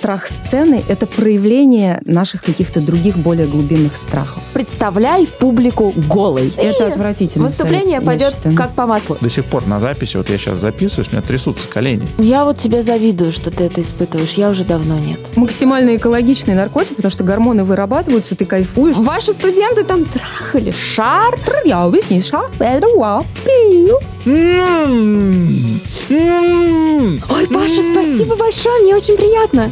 страх сцены – это проявление наших каких-то других, более глубинных страхов. Представляй публику голой. Это отвратительно. Выступление пойдет как по маслу. До сих пор на записи, вот я сейчас записываюсь, у меня трясутся колени. Я вот тебе завидую, что ты это испытываешь. Я уже давно нет. Максимально экологичный наркотик, потому что гормоны вырабатываются, ты кайфуешь. Ваши студенты там трахали шар. Я объясню, шар. Ой, Паша, спасибо большое, мне очень приятно.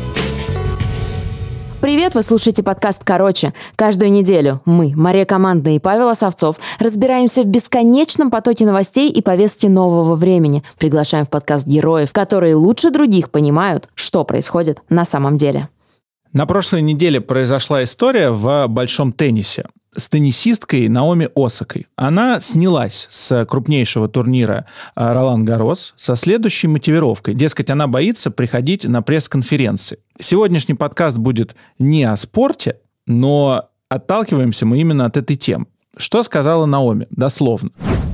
Привет, вы слушаете подкаст «Короче». Каждую неделю мы, Мария Командная и Павел Осовцов, разбираемся в бесконечном потоке новостей и повестки нового времени. Приглашаем в подкаст героев, которые лучше других понимают, что происходит на самом деле. На прошлой неделе произошла история в большом теннисе с теннисисткой Наоми Осакой. Она снялась с крупнейшего турнира Ролан Гаррос со следующей мотивировкой. Дескать, она боится приходить на пресс-конференции. Сегодняшний подкаст будет не о спорте, но отталкиваемся мы именно от этой темы. Что сказала Наоми? Дословно.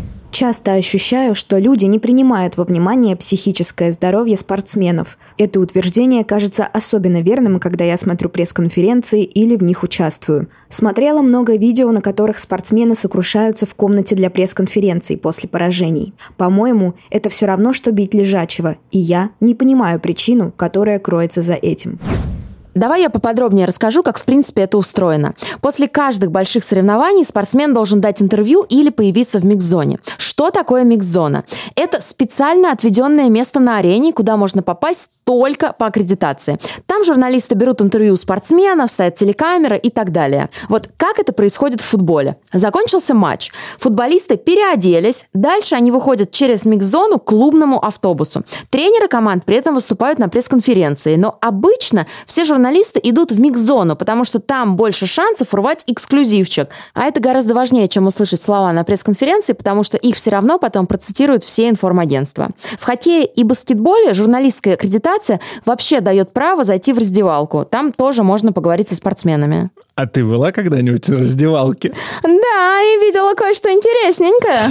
Часто ощущаю, что люди не принимают во внимание психическое здоровье спортсменов. Это утверждение кажется особенно верным, когда я смотрю пресс-конференции или в них участвую. Смотрела много видео, на которых спортсмены сокрушаются в комнате для пресс-конференций после поражений. По-моему, это все равно, что бить лежачего, и я не понимаю причину, которая кроется за этим. Давай я поподробнее расскажу, как в принципе это устроено. После каждых больших соревнований спортсмен должен дать интервью или появиться в микс-зоне. Что такое микс-зона? Это специально отведенное место на арене, куда можно попасть только по аккредитации. Там журналисты берут интервью у спортсменов, ставят телекамеры и так далее. Вот как это происходит в футболе? Закончился матч. Футболисты переоделись, дальше они выходят через микс-зону к клубному автобусу. Тренеры команд при этом выступают на пресс-конференции, но обычно все журналисты идут в микс-зону, потому что там больше шансов урвать эксклюзивчик. А это гораздо важнее, чем услышать слова на пресс-конференции, потому что их все равно потом процитируют все информагентства. В хоккее и баскетболе журналистская аккредитация вообще дает право зайти в раздевалку. Там тоже можно поговорить со спортсменами. А ты была когда-нибудь в раздевалке? Да, и видела кое-что интересненькое.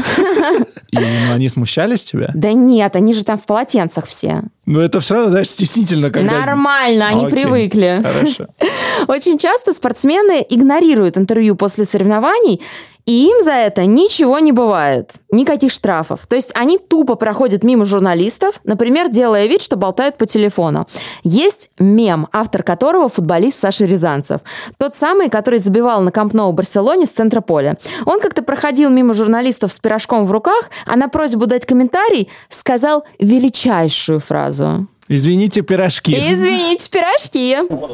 И они смущались тебя? Да нет, они же там в полотенцах все. Ну, это все равно, знаешь, стеснительно, когда... Нормально, они привыкли. Хорошо. Очень часто спортсмены игнорируют интервью после соревнований, и им за это ничего не бывает. Никаких штрафов. То есть они тупо проходят мимо журналистов, например, делая вид, что болтают по телефону. Есть мем, автор которого футболист Саша Рязанцев. Тот самый, который забивал на Камп Ноу Барселоне с центра поля. Он как-то проходил мимо журналистов с пирожком в руках, а на просьбу дать комментарий сказал величайшую фразу. Извините, пирожки. Извините, пирожки.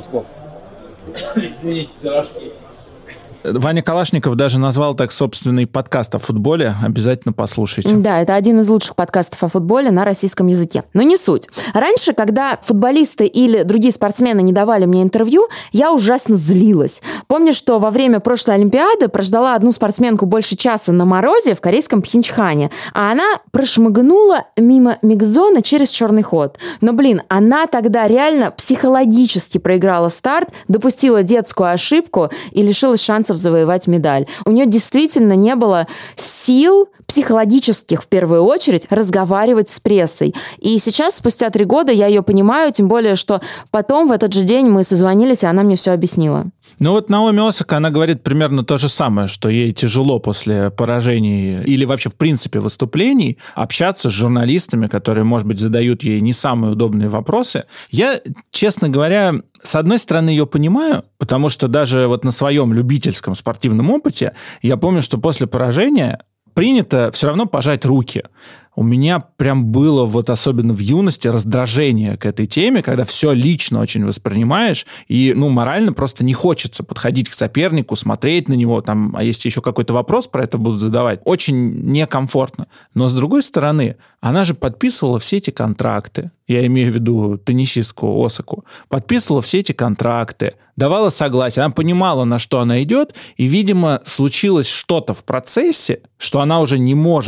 Извините, пирожки. Ваня Калашников даже назвал так собственный подкаст о футболе. Обязательно послушайте. Да, это один из лучших подкастов о футболе на российском языке. Но не суть. Раньше, когда футболисты или другие спортсмены не давали мне интервью, я ужасно злилась. Помню, что во время прошлой Олимпиады прождала одну спортсменку больше часа на морозе в корейском Пхенчхане, а она прошмыгнула мимо микс-зоны через черный ход. Но, она тогда реально психологически проиграла старт, допустила детскую ошибку и лишилась шансов завоевать медаль. У нее действительно не было сил психологических, в первую очередь, разговаривать с прессой. И сейчас, спустя 3 года, я ее понимаю, тем более, что потом в этот же день мы созвонились, и она мне все объяснила. Ну вот Наоми Осака, она говорит примерно то же самое, что ей тяжело после поражений или вообще, в принципе, выступлений общаться с журналистами, которые, может быть, задают ей не самые удобные вопросы. Я, честно говоря, с одной стороны, ее понимаю, потому что даже вот на своем любительском спортивном опыте я помню, что после поражения принято все равно пожать руки. У меня прям было вот особенно в юности раздражение к этой теме, когда все лично очень воспринимаешь, и, морально просто не хочется подходить к сопернику, смотреть на него, там, а если еще какой-то вопрос про это будут задавать, очень некомфортно. Но, с другой стороны, она же подписывала все эти контракты, я имею в виду теннисистку Осаку, подписывала все эти контракты, давала согласие, она понимала, на что она идет, и, видимо, случилось что-то в процессе, что она уже не может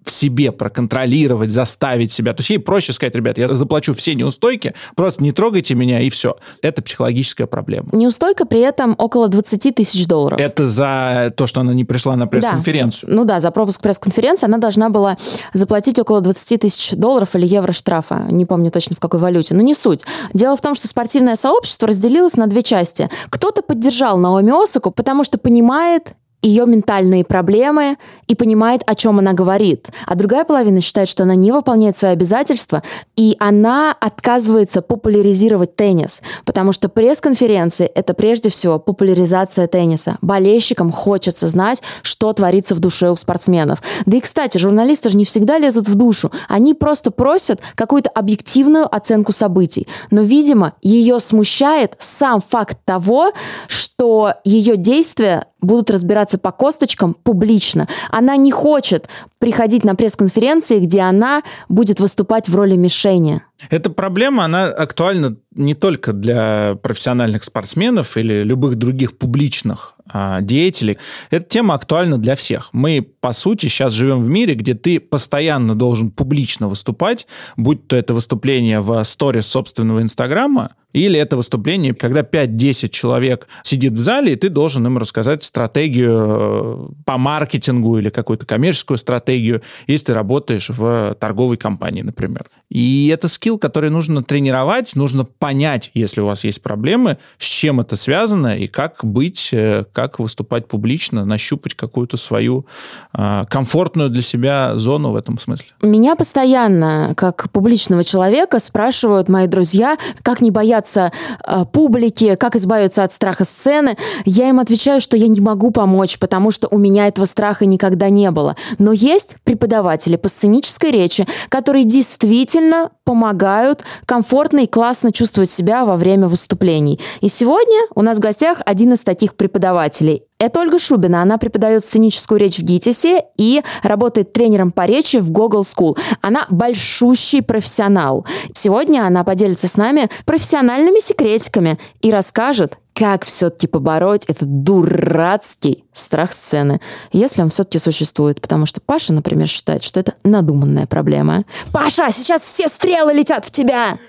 в себе проконтролировать, заставить себя. То есть ей проще сказать: ребят, я заплачу все неустойки, просто не трогайте меня, и все. Это психологическая проблема. Неустойка при этом около 20 тысяч долларов. Это за то, что она не пришла на пресс-конференцию? Да. Ну да, за пропуск пресс-конференции она должна была заплатить около 20 тысяч долларов или евро штрафа. Не помню точно в какой валюте, но не суть. Дело в том, что спортивное сообщество разделилось на две части. Кто-то поддержал Наоми Осаку, потому что понимает ее ментальные проблемы и понимает, о чем она говорит. А другая половина считает, что она не выполняет свои обязательства, и она отказывается популяризировать теннис, потому что пресс-конференции — это прежде всего популяризация тенниса. Болельщикам хочется знать, что творится в душе у спортсменов. Да и, кстати, журналисты же не всегда лезут в душу. Они просто просят какую-то объективную оценку событий. Но, видимо, ее смущает сам факт того, что ее действия будут разбираться по косточкам публично. Она не хочет приходить на пресс-конференции, где она будет выступать в роли мишени. Эта проблема, она актуальна не только для профессиональных спортсменов или любых других публичных деятелей. Эта тема актуальна для всех. Мы, по сути, сейчас живем в мире, где ты постоянно должен публично выступать, будь то это выступление в сторис собственного Инстаграма, или это выступление, когда 5-10 человек сидит в зале, и ты должен им рассказать стратегию по маркетингу или какую-то коммерческую стратегию, если ты работаешь в торговой компании, например. И это скилл, который нужно тренировать, нужно понять, если у вас есть проблемы, с чем это связано, и как быть, как выступать публично, нащупать какую-то свою комфортную для себя зону в этом смысле. Меня постоянно, как публичного человека, спрашивают мои друзья, как не бояться публики, как избавиться от страха сцены. Я им отвечаю, что я не могу помочь, потому что у меня этого страха никогда не было. Но есть преподаватели по сценической речи, которые действительно помогают комфортно и классно чувствовать себя во время выступлений. И сегодня у нас в гостях один из таких преподавателей. Это Ольга Шубина. Она преподает сценическую речь в ГИТИСе и работает тренером по речи в Google School. Она большущий профессионал. Сегодня она поделится с нами профессиональными секретиками и расскажет, как все-таки побороть этот дурацкий страх сцены, если он все-таки существует. Потому что Паша, например, считает, что это надуманная проблема. Паша, сейчас все стрелы летят в тебя!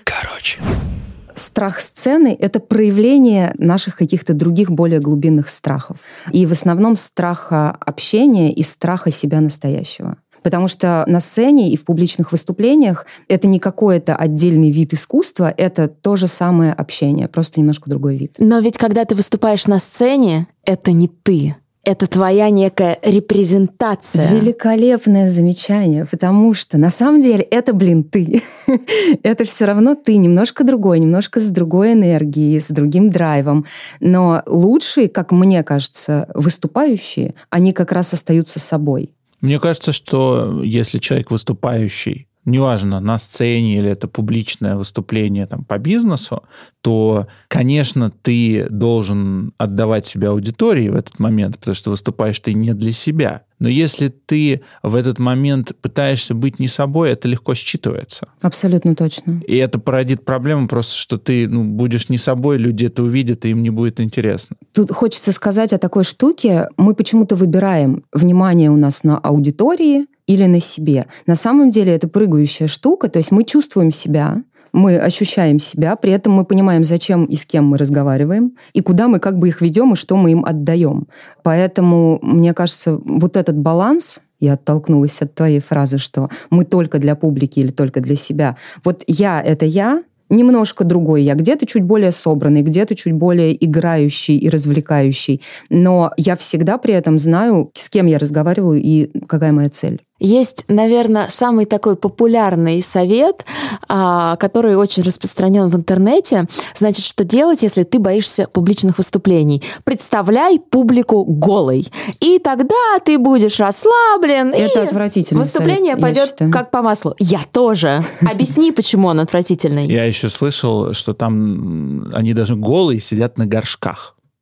Страх сцены — это проявление наших каких-то других, более глубинных страхов. И в основном страха общения и страха себя настоящего. Потому что на сцене и в публичных выступлениях это не какой-то отдельный вид искусства, это то же самое общение, просто немножко другой вид. Но ведь когда ты выступаешь на сцене, это не ты. Это твоя некая репрезентация. Великолепное замечание, потому что на самом деле это, ты. Это все равно ты, немножко другой, немножко с другой энергией, с другим драйвом. Но лучшие, как мне кажется, выступающие, они как раз остаются собой. Мне кажется, что если человек выступающий, неважно, на сцене или это публичное выступление там, по бизнесу, то, конечно, ты должен отдавать себя аудитории в этот момент, потому что выступаешь ты не для себя. Но если ты в этот момент пытаешься быть не собой, это легко считывается. Абсолютно точно. И это породит проблему просто, что ты будешь не собой, люди это увидят, и им не будет интересно. Тут хочется сказать о такой штуке. Мы почему-то выбираем внимание у нас на аудитории или на себе. На самом деле это прыгающая штука, то есть мы чувствуем себя, мы ощущаем себя, при этом мы понимаем, зачем и с кем мы разговариваем, и куда мы как бы их ведем, и что мы им отдаем. Поэтому, мне кажется, вот этот баланс, я оттолкнулась от твоей фразы, что мы только для публики или только для себя. Вот я — это я, немножко другой я, где-то чуть более собранный, где-то чуть более играющий и развлекающий, но я всегда при этом знаю, с кем я разговариваю и какая моя цель. Есть, наверное, самый такой популярный совет, который очень распространен в интернете. Значит, что делать, если ты боишься публичных выступлений? Представляй публику голой. И тогда ты будешь расслаблен. Это отвратительный выступление совет, пойдет как по маслу. Я тоже. Объясни, почему он отвратительный. Я еще слышал, что там они даже голые сидят на горшках.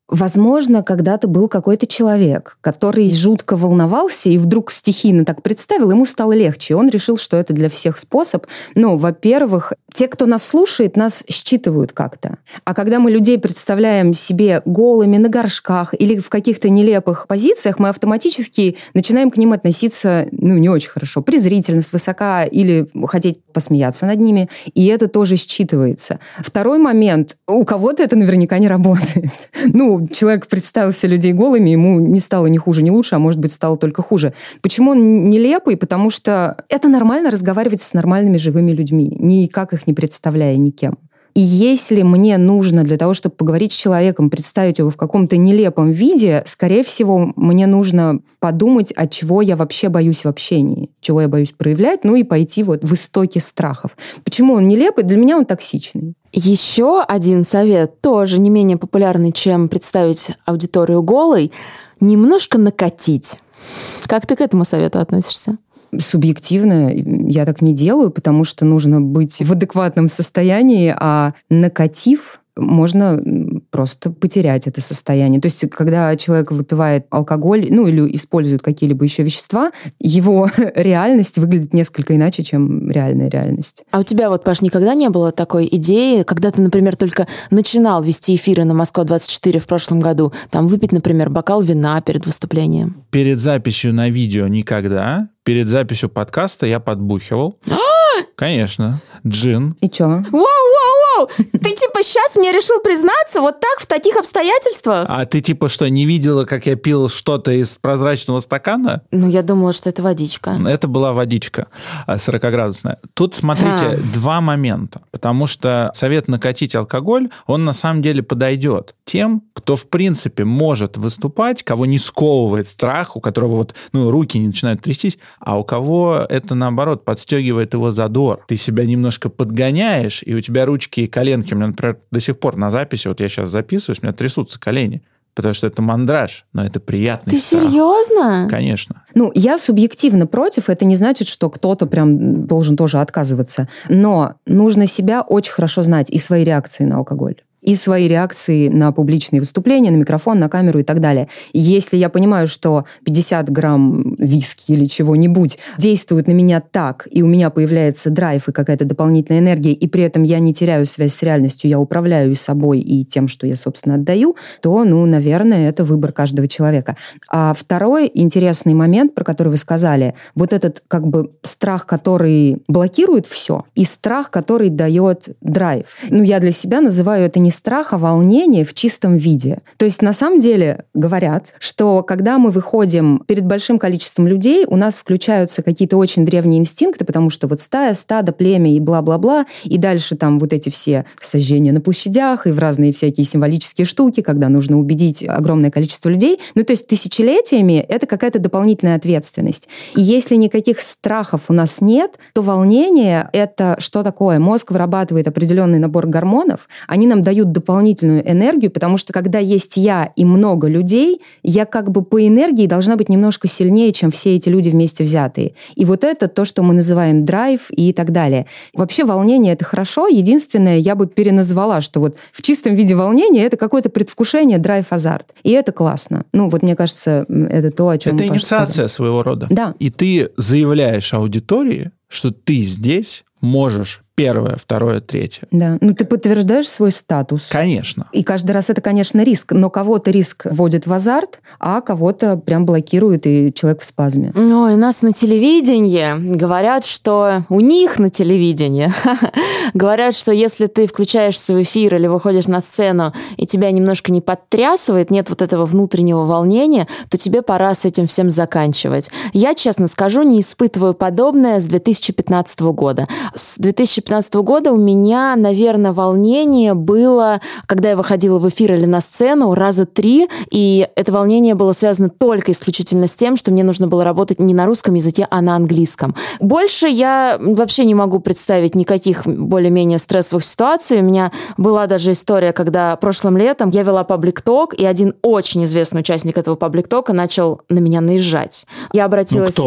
Возможно, когда-то был какой-то человек, который жутко волновался и вдруг стихийно так представил, ему стало легче. Он решил, что это для всех способ. Ну, во-первых, те, кто нас слушает, нас считывают как-то. А когда мы людей представляем себе голыми на горшках или в каких-то нелепых позициях, мы автоматически начинаем к ним относиться, не очень хорошо, презрительно, свысока или хотеть посмеяться над ними. И это тоже считывается. Второй момент. У кого-то это наверняка не работает. Человек представил себе людей голыми, ему не стало ни хуже, ни лучше, а может быть, стало только хуже. Почему он нелепый? Потому что это нормально разговаривать с нормальными живыми людьми, никак их не представляя никем. И если мне нужно для того, чтобы поговорить с человеком, представить его в каком-то нелепом виде, скорее всего, мне нужно подумать, от чего я вообще боюсь в общении, чего я боюсь проявлять, и пойти в истоки страхов. Почему он нелепый? Для меня он токсичный. Еще один совет, тоже не менее популярный, чем представить аудиторию голой, немножко накатить. Как ты к этому совету относишься? Субъективно я так не делаю, потому что нужно быть в адекватном состоянии, а накатив можно просто потерять это состояние. То есть, когда человек выпивает алкоголь, или использует какие-либо еще вещества, его реальность выглядит несколько иначе, чем реальная реальность. А у тебя, Паш, никогда не было такой идеи, когда ты, например, только начинал вести эфиры на Москва-24 в прошлом году, там выпить, например, бокал вина перед выступлением? Перед записью на видео никогда. Перед записью подкаста я подбухивал. Конечно. Джин. И чё? Воу! Ты сейчас мне решил признаться вот так, в таких обстоятельствах? А ты что, не видела, как я пил что-то из прозрачного стакана? Я думала, что это водичка. Это была водичка 40-градусная. Тут, смотрите, два момента. Потому что совет накатить алкоголь, он на самом деле подойдет тем, кто, в принципе, может выступать, кого не сковывает страх, у которого руки не начинают трястись, а у кого это, наоборот, подстегивает его задор. Ты себя немножко подгоняешь, и у тебя ручки и коленки, у меня, например, до сих пор на записи, я сейчас записываюсь, у меня трясутся колени, потому что это мандраж, но это приятный Ты страх. Серьезно? Конечно. Я субъективно против, это не значит, что кто-то прям должен тоже отказываться, но нужно себя очень хорошо знать и свои реакции на алкоголь. И свои реакции на публичные выступления, на микрофон, на камеру и так далее. Если я понимаю, что 50 грамм виски или чего-нибудь действует на меня так, и у меня появляется драйв и какая-то дополнительная энергия, и при этом я не теряю связь с реальностью, я управляю и собой, и тем, что я, собственно, отдаю, то, наверное, это выбор каждого человека. А второй интересный момент, про который вы сказали, этот страх, который блокирует все, и страх, который дает драйв. Я для себя называю это не страх, а волнение в чистом виде. То есть, на самом деле, говорят, что когда мы выходим перед большим количеством людей, у нас включаются какие-то очень древние инстинкты, потому что стая, стадо, племя и бла-бла-бла, и дальше там эти все сожжения на площадях и в разные всякие символические штуки, когда нужно убедить огромное количество людей. То есть, тысячелетиями это какая-то дополнительная ответственность. И если никаких страхов у нас нет, то волнение — это что такое? Мозг вырабатывает определенный набор гормонов, они нам дают дополнительную энергию, потому что когда есть я и много людей, я по энергии должна быть немножко сильнее, чем все эти люди вместе взятые. И это то, что мы называем драйв и так далее. Вообще волнение — это хорошо. Единственное, я бы переназвала, что в чистом виде волнение — это какое-то предвкушение, драйв, азарт. И это классно. мне кажется, это то, о чем это Паша инициация сказал. своего рода. Да. И ты заявляешь аудитории, что ты здесь можешь первое, второе, третье. Да. Ты подтверждаешь свой статус. Конечно. И каждый раз это, конечно, риск. Но кого-то риск вводит в азарт, а кого-то прям блокирует, и человек в спазме. Ой, у нас на телевидении говорят, что у них на телевидении говорят, что если ты включаешься в эфир или выходишь на сцену, и тебя немножко не подтрясывает, нет этого внутреннего волнения, то тебе пора с этим всем заканчивать. Я, честно скажу, не испытываю подобное с 2015 года. С 2015 года у меня, наверное, волнение было, когда я выходила в эфир или на сцену, раза 3, и это волнение было связано только исключительно с тем, что мне нужно было работать не на русском языке, а на английском. Больше я вообще не могу представить никаких более-менее стрессовых ситуаций. У меня была даже история, когда прошлым летом я вела паблик-ток, и один очень известный участник этого паблик-тока начал на меня наезжать. Я обратилась... Кто?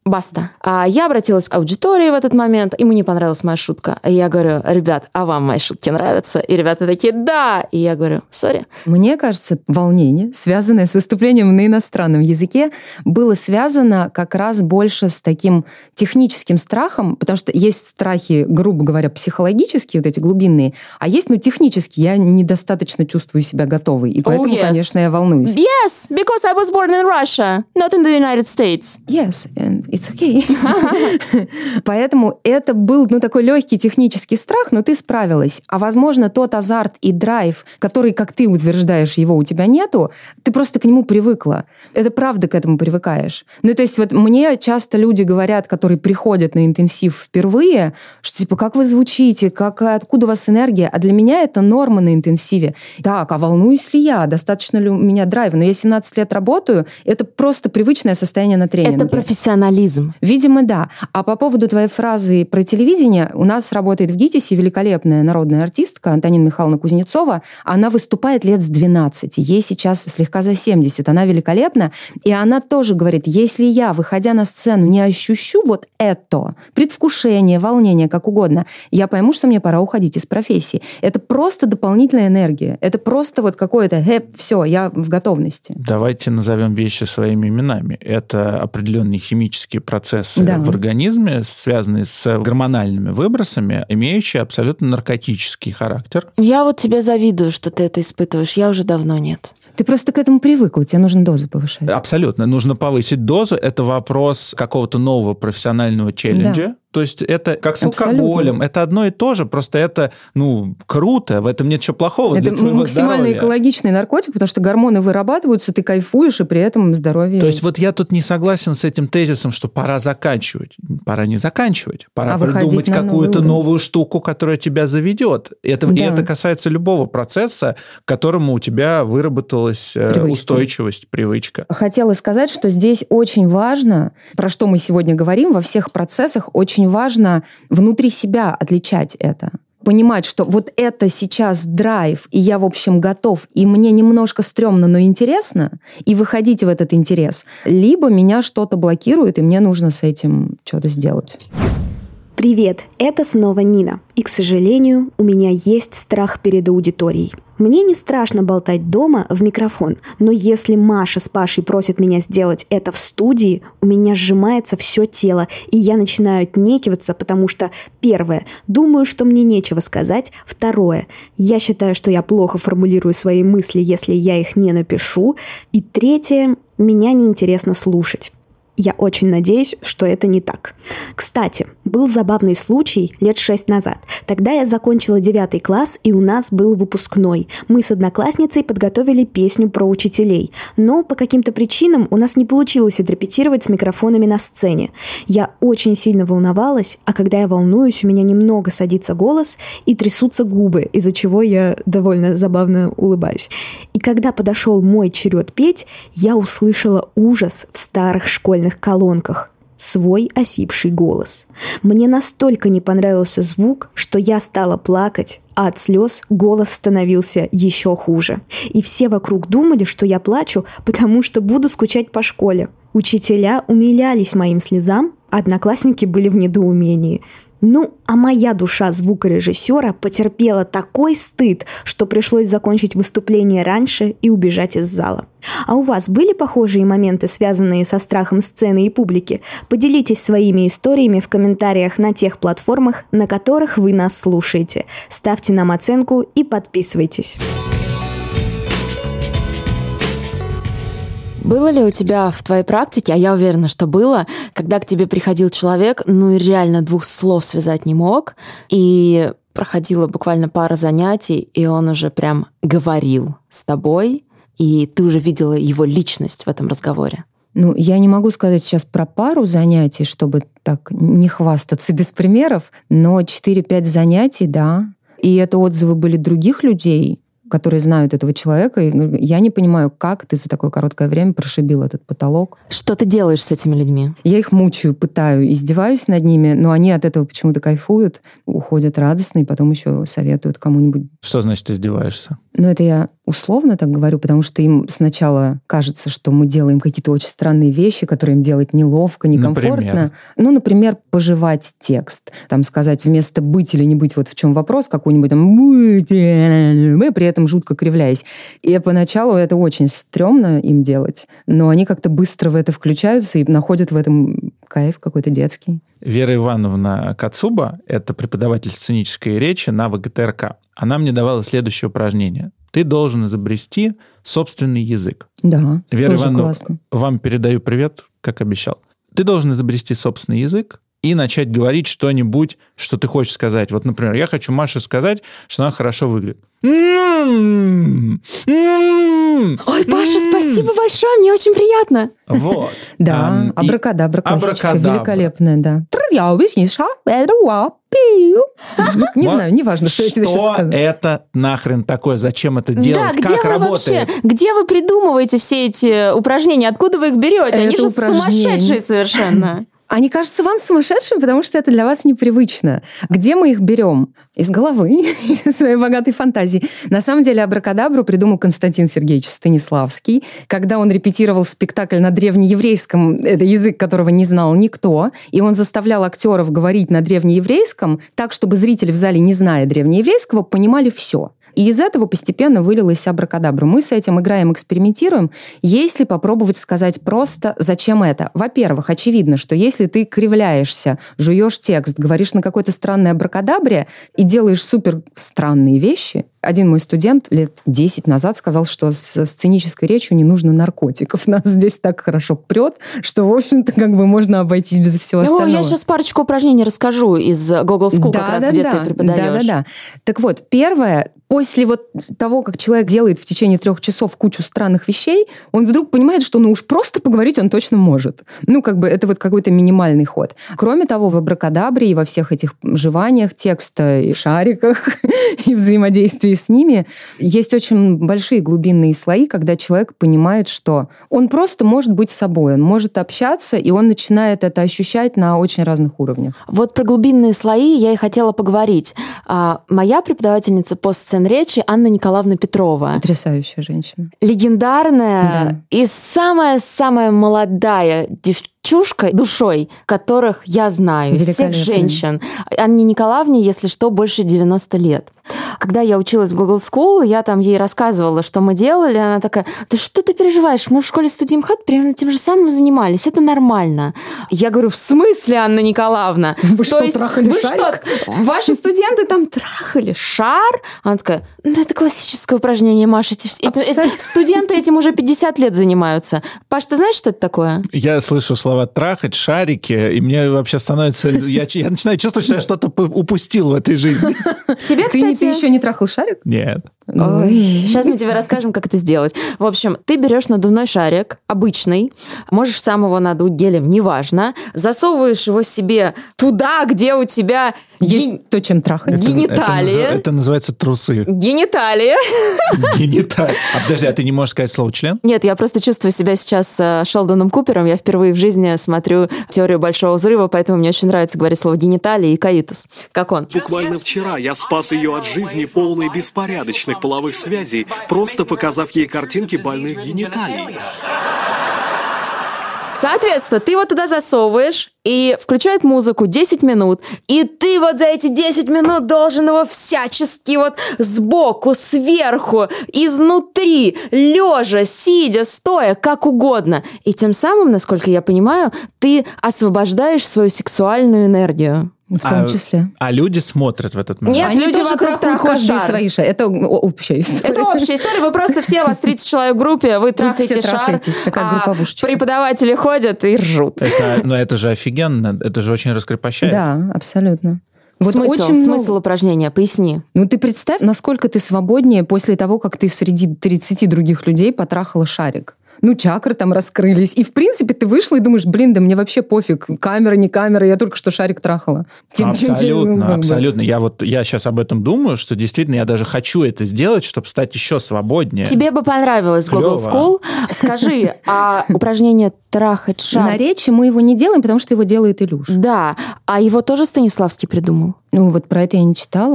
Баста. А я обратилась к аудитории в этот момент, ему не понравилась моя шутка. И я говорю: ребят, а вам мои шутки нравятся? И ребята такие: да. И я говорю: сори. Мне кажется, волнение, связанное с выступлением на иностранном языке, было связано как раз больше с таким техническим страхом, потому что есть страхи, грубо говоря, психологические, вот эти глубинные, а есть, технические. Я недостаточно чувствую себя готовой, и поэтому, конечно, я волнуюсь. Yes, because I was born in Russia, not in the United States. Yes, and it's okay. Поэтому это был, такой легкий технический страх, но ты справилась. А, возможно, тот азарт и драйв, который, как ты утверждаешь, его у тебя нету, ты просто к нему привыкла. Это правда, к этому привыкаешь. То есть мне часто люди говорят, которые приходят на интенсив впервые, что типа: как вы звучите, откуда у вас энергия? А для меня это норма на интенсиве. Так, а волнуюсь ли я? Достаточно ли у меня драйва? Но я 17 лет работаю, это просто привычное состояние на тренинге. Это профессионализм. Видимо, да. А по поводу твоей фразы про телевидение, у нас работает в ГИТИСе великолепная народная артистка Антонина Михайловна Кузнецова. Она выступает лет с 12. Ей сейчас слегка за 70. Она великолепна. И она тоже говорит: если я, выходя на сцену, не ощущу вот это, предвкушение, волнение, как угодно, я пойму, что мне пора уходить из профессии. Это просто дополнительная энергия. Это просто какое-то все, я в готовности. Давайте назовем вещи своими именами. Это определенные химические процессы в организме, связанные с гормональными выбросами, имеющие абсолютно наркотический характер. Я тебе завидую, что ты это испытываешь. Я уже давно нет. Ты просто к этому привыкла, тебе нужно дозу повышать. Абсолютно. Нужно повысить дозу. Это вопрос какого-то нового профессионального челленджа. Да. То есть это как с алкоголем. Это одно и то же. Просто это, круто. В этом нет ничего плохого это для твоего максимально здоровья. Экологичный наркотик, потому что гормоны вырабатываются, ты кайфуешь, и при этом здоровье... То есть я тут не согласен с этим тезисом, что пора заканчивать. Пора не заканчивать. Пора придумать какую-то новую штуку, которая тебя заведет. И это касается любого процесса, к которому у тебя выработалась устойчивость, привычка. Хотела сказать, что здесь очень важно, про что мы сегодня говорим, во всех процессах очень важно внутри себя отличать это. Понимать, что вот это сейчас драйв, и я, в общем, готов, и мне немножко стрёмно, но интересно, и выходить в этот интерес. Либо меня что-то блокирует, и мне нужно с этим что-то сделать. Привет, это снова Нина. И, к сожалению, у меня есть страх перед аудиторией. Мне не страшно болтать дома в микрофон, но если Маша с Пашей просят меня сделать это в студии, у меня сжимается все тело, и я начинаю отнекиваться, потому что, первое, думаю, что мне нечего сказать, второе, я считаю, что я плохо формулирую свои мысли, если я их не напишу, и третье, меня неинтересно слушать. Я очень надеюсь, что это не так. Кстати, был забавный случай лет 6 назад. Тогда я закончила 9 класс, и у нас был выпускной. Мы с одноклассницей подготовили песню про учителей. Но по каким-то причинам у нас не получилось отрепетировать с микрофонами на сцене. Я очень сильно волновалась, а когда я волнуюсь, у меня немного садится голос и трясутся губы, из-за чего я довольно забавно улыбаюсь. И когда подошел мой черед петь, я услышала ужас в старых школьных колонках. Свой осипший голос. Мне настолько не понравился звук, что я стала плакать, а от слез голос становился еще хуже. И все вокруг думали, что я плачу, потому что буду скучать по школе. Учителя умилялись моим слезам, а одноклассники были в недоумении. А моя душа звукорежиссера потерпела такой стыд, что пришлось закончить выступление раньше и убежать из зала. А у вас были похожие моменты, связанные со страхом сцены и публики? Поделитесь своими историями в комментариях на тех платформах, на которых вы нас слушаете. Ставьте нам оценку и подписывайтесь. Было ли у тебя в твоей практике, а я уверена, что было, когда к тебе приходил человек, и реально 2 слов связать не мог, и проходила буквально пара занятий, и он уже прям говорил с тобой, и ты уже видела его личность в этом разговоре? Я не могу сказать сейчас про пару занятий, чтобы так не хвастаться без примеров, но 4-5 занятий, да. И это отзывы были других людей, которые знают этого человека, и я не понимаю, как ты за такое короткое время прошибил этот потолок. Что ты делаешь с этими людьми? Я их мучаю, пытаю, издеваюсь над ними, но они от этого почему-то кайфуют, уходят радостно, и потом еще советуют кому-нибудь. Что значит издеваешься? Ну, это я условно так говорю, потому что им сначала кажется, что мы делаем какие-то очень странные вещи, которые им делать неловко, некомфортно. Например? Ну, например, пожевать текст. Там сказать вместо «быть» или «не быть», вот в чем вопрос, какой-нибудь там «быть», мы при этом жутко кривляясь. И поначалу это очень стрёмно им делать, но они как-то быстро в это включаются и находят в этом кайф какой-то детский. Вера Ивановна Кацуба, это преподаватель сценической речи на ВГТРК. Она мне давала следующее упражнение. Ты должен изобрести собственный язык. Да, Вера тоже Ивановна, классно. вам передаю привет, как обещал. Ты должен изобрести собственный язык и начать говорить что-нибудь, что ты хочешь сказать. Вот, например, я хочу Маше сказать, что она хорошо выглядит. Ой, Паша, спасибо большое, мне очень приятно. Вот. Да, абракадабра классическая, абракадабра. великолепная, да. Не знаю, неважно, что я тебе сейчас Что сказала. это нахрен такое? Зачем это Да, делать? где Как вы работает? вообще, где вы придумываете все эти упражнения? Откуда вы их берете? Они Это же упражнения. сумасшедшие совершенно. Они кажутся вам сумасшедшими, потому что это для вас непривычно. Где мы их берем? Из головы, из своей богатой фантазии. На самом деле абракадабру придумал Константин Сергеевич Станиславский, когда он репетировал спектакль на древнееврейском, это язык, которого не знал никто, и он заставлял актеров говорить на древнееврейском так, чтобы зрители в зале, не зная древнееврейского, понимали все. И из этого постепенно вылилась абракадабра. Мы с этим играем, экспериментируем. Если попробовать сказать просто, зачем это? Во-первых, очевидно, что если ты кривляешься, жуешь текст, говоришь на какой-то странной абракадабре и делаешь супер странные вещи. Один мой студент лет 10 назад сказал, что с сценической речью не нужно наркотиков. Нас здесь так хорошо прет, что, в общем-то, как бы можно обойтись без всего остального. Я сейчас парочку упражнений расскажу из Google School, как раз где ты преподаешь. Да. Так вот, первое, после вот того, как человек делает в течение 3 часов кучу странных вещей, он вдруг понимает, что уж просто поговорить он точно может. Это вот какой-то минимальный ход. Кроме того, в абракадабре и во всех этих жеваниях текста и в шариках, и взаимодействии с ними есть очень большие глубинные слои, когда человек понимает, что он просто может быть собой, он может общаться, и он начинает это ощущать на очень разных уровнях. Вот про глубинные слои я и хотела поговорить. Моя преподавательница по сценречи Анна Николаевна Петрова. Потрясающая женщина. Легендарная и самая-самая молодая девчушка душой, которых я знаю, из всех женщин. Анне Николаевне, если что, больше 90 лет. Когда я училась в Google School, я там ей рассказывала, что мы делали. Она такая: да что ты переживаешь? Мы в школе-студии МХАТ примерно тем же самым занимались. Это нормально. Я говорю: в смысле, Анна Николаевна? Вы что, трахали шарик? Ваши студенты там трахали шар? Она такая: да это классическое упражнение, Маша. Студенты этим уже 50 лет занимаются. Паш, ты знаешь, что это такое? Я слышу слова «трахать», «шарики», и мне вообще становится... Я начинаю чувствовать, что я что-то упустил в этой жизни. Тебе, кстати... Ты еще не трахал шарик? Нет. Ой, сейчас мы тебе расскажем, как это сделать. В общем, ты берешь надувной шарик, обычный, можешь сам его надуть гелем, неважно, засовываешь его себе туда, где у тебя есть то, чем трахать. Гениталии. Это называется трусы. Гениталии. Гениталии. Подожди, а ты не можешь сказать слово «член»? Нет, я просто чувствую себя сейчас Шелдоном Купером. Я впервые в жизни смотрю «Теорию большого взрыва», поэтому мне очень нравится говорить слово «гениталии» и «каитус». Как он? Буквально вчера я спас ее от жизни, полной беспорядочных половых связей, просто показав ей картинки больных гениталий. Соответственно, ты его туда засовываешь, и включает музыку 10 минут, и ты вот за эти 10 минут должен его всячески вот сбоку, сверху, изнутри, лежа, сидя, стоя, как угодно. И тем самым, насколько я понимаю, ты освобождаешь свою сексуальную энергию. В том числе. А люди смотрят в этот момент? Нет, Они люди тоже вокруг трахают шар. свои шары. Это общая история. Это общая история. Вы просто все, вас 30 человек в группе, вы трахаете все шар, трахаетесь, такая групповушечка. преподаватели ходят и ржут. Но это же офигенно, это же очень раскрепощает. Да, абсолютно. Вот Смысл упражнения, поясни. Ты представь, насколько ты свободнее после того, как ты среди 30 других людей потрахала шарик. Чакры там раскрылись. И, в принципе, ты вышла и думаешь: да мне вообще пофиг, камера, не камера, я только что шарик трахала. Абсолютно. Я сейчас об этом думаю, что действительно я даже хочу это сделать, чтобы стать еще свободнее. Тебе бы понравилось Google School. Скажи, а упражнение «трахать шар»... На речи мы его не делаем, потому что его делает Илюш. Да, а его тоже Станиславский придумал? Вот про это я не читала.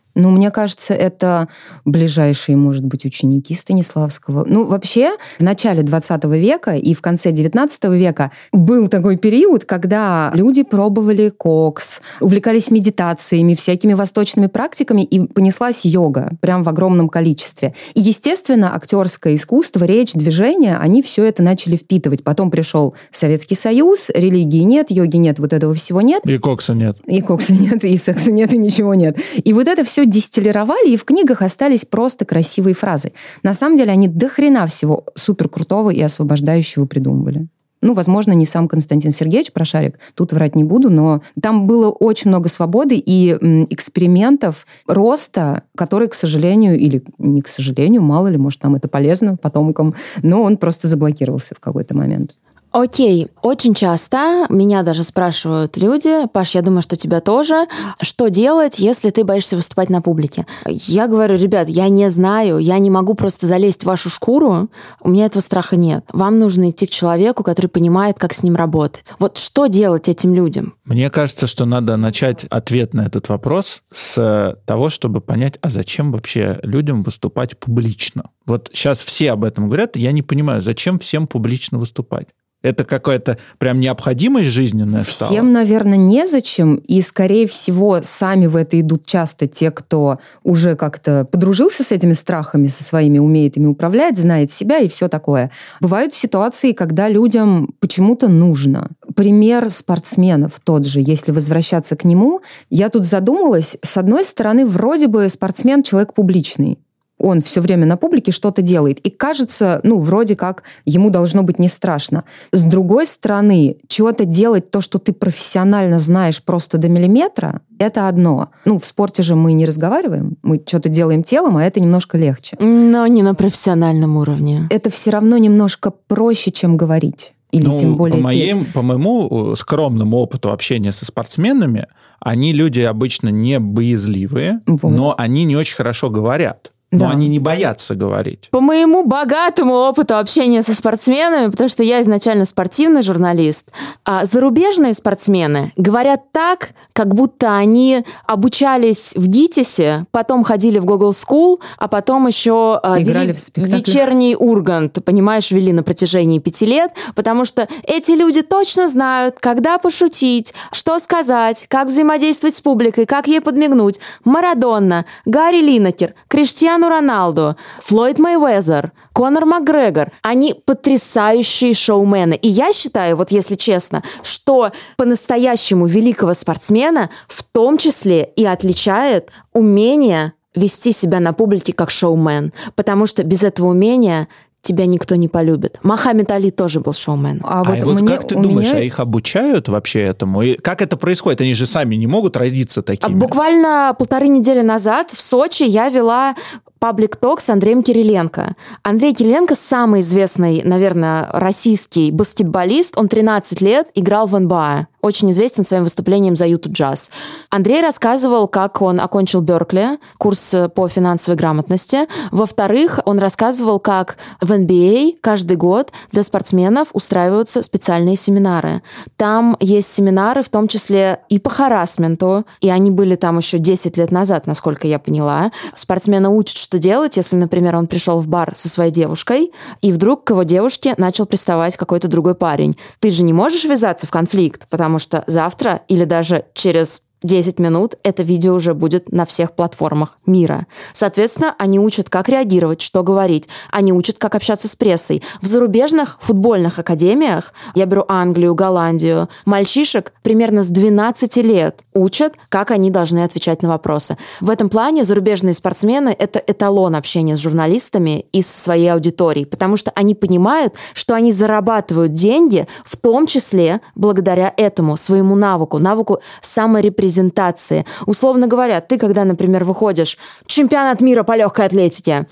Ну, мне кажется, это ближайшие, может быть, ученики Станиславского. Ну, вообще, в начале 20 века и в конце 19 века был такой период, когда люди пробовали кокс, увлекались медитациями, всякими восточными практиками, и понеслась йога прям в огромном количестве. И, естественно, актерское искусство, речь, движение, они все это начали впитывать. Потом пришел Советский Союз, религии нет, йоги нет, вот этого всего нет. И кокса нет. И кокса нет, и секса нет, и ничего нет. И вот это все дистиллировали, и в книгах остались просто красивые фразы. На самом деле они дохрена всего суперкрутого и освобождающего придумывали. Ну, возможно, не сам Константин Сергеевич Прошарик, тут врать не буду, но там было очень много свободы и экспериментов, роста, который, к сожалению, или не к сожалению, мало ли, может, нам это полезно потомкам, но он просто заблокировался в какой-то момент. Окей, очень часто меня даже спрашивают люди, Паш, я думаю, что тебя тоже, что делать, если ты боишься выступать на публике? Я говорю, ребят, я не знаю, я не могу просто залезть в вашу шкуру, у меня этого страха нет. Вам нужно идти к человеку, который понимает, как с ним работать. Вот что делать этим людям? Мне кажется, что надо начать ответ на этот вопрос с того, чтобы понять, а зачем вообще людям выступать публично? Вот сейчас все об этом говорят, и я не понимаю, зачем всем публично выступать? Это какая-то прям необходимость жизненная стала? Всем, наверное, незачем. И, скорее всего, сами в это идут часто те, кто уже как-то подружился с этими страхами, со своими, умеет ими управлять, знает себя и все такое. Бывают ситуации, когда людям почему-то нужно. Пример спортсменов тот же, если возвращаться к нему. Я тут задумалась. С одной стороны, вроде бы спортсмен человек публичный. Он все время на публике что-то делает. И кажется, вроде как ему должно быть не страшно. С другой стороны, чего-то делать, то, что ты профессионально знаешь просто до миллиметра, это одно. В спорте же мы не разговариваем, мы что-то делаем телом, а это немножко легче. Но не на профессиональном уровне. Это все равно немножко проще, чем говорить. Или тем более петь. По моему скромному опыту общения со спортсменами, они люди обычно не боязливые, но они не очень хорошо говорят. Но они не боятся говорить. По моему богатому опыту общения со спортсменами, потому что я изначально спортивный журналист, зарубежные спортсмены говорят так, как будто они обучались в ГИТИСе, потом ходили в Google School, а потом еще вели вечерний Ургант, понимаешь, вели на протяжении 5 лет, потому что эти люди точно знают, когда пошутить, что сказать, как взаимодействовать с публикой, как ей подмигнуть. Марадонна, Гарри Линекер, Криштиану Роналду, Флойд Мейвезер, Конор Макгрегор. Они потрясающие шоумены. И я считаю, вот если честно, что по-настоящему великого спортсмена в том числе и отличает умение вести себя на публике как шоумен. Потому что без этого умения тебя никто не полюбит. Мохаммед Али тоже был шоумен. Как ты думаешь, их обучают вообще этому? И как это происходит? Они же сами не могут родиться такими. Буквально 1,5 недели назад в Сочи я вела паблик-ток с Андреем Кириленко. Андрей Кириленко самый известный, наверное, российский баскетболист. Он 13 лет играл в НБА. Очень известен своим выступлением за Юту Джаз. Андрей рассказывал, как он окончил Беркли, курс по финансовой грамотности. Во-вторых, он рассказывал, как в NBA каждый год для спортсменов устраиваются специальные семинары. Там есть семинары, в том числе и по харассменту, и они были там еще 10 лет назад, насколько я поняла. Спортсмена учат, что делать, если, например, он пришел в бар со своей девушкой, и вдруг к его девушке начал приставать какой-то другой парень. Ты же не можешь ввязаться в конфликт, потому что завтра или даже через 10 минут это видео уже будет на всех платформах мира. Соответственно, они учат, как реагировать, что говорить. Они учат, как общаться с прессой. В зарубежных футбольных академиях, я беру Англию, Голландию, мальчишек примерно с 12 лет учат, как они должны отвечать на вопросы. В этом плане зарубежные спортсмены — это эталон общения с журналистами и со своей аудиторией, потому что они понимают, что они зарабатывают деньги, в том числе благодаря этому, своему навыку саморепрезентации. Условно говоря, ты, когда, например, выходишь, чемпионат мира по легкой атлетике,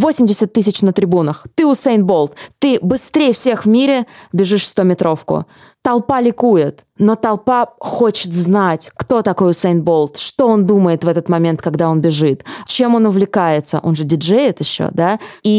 80 тысяч на трибунах, ты Усейн Болт, ты быстрее всех в мире бежишь 100-метровку. Толпа ликует, но толпа хочет знать, кто такой Усейн Болт, что он думает в этот момент, когда он бежит, чем он увлекается, он же диджеет еще, да, и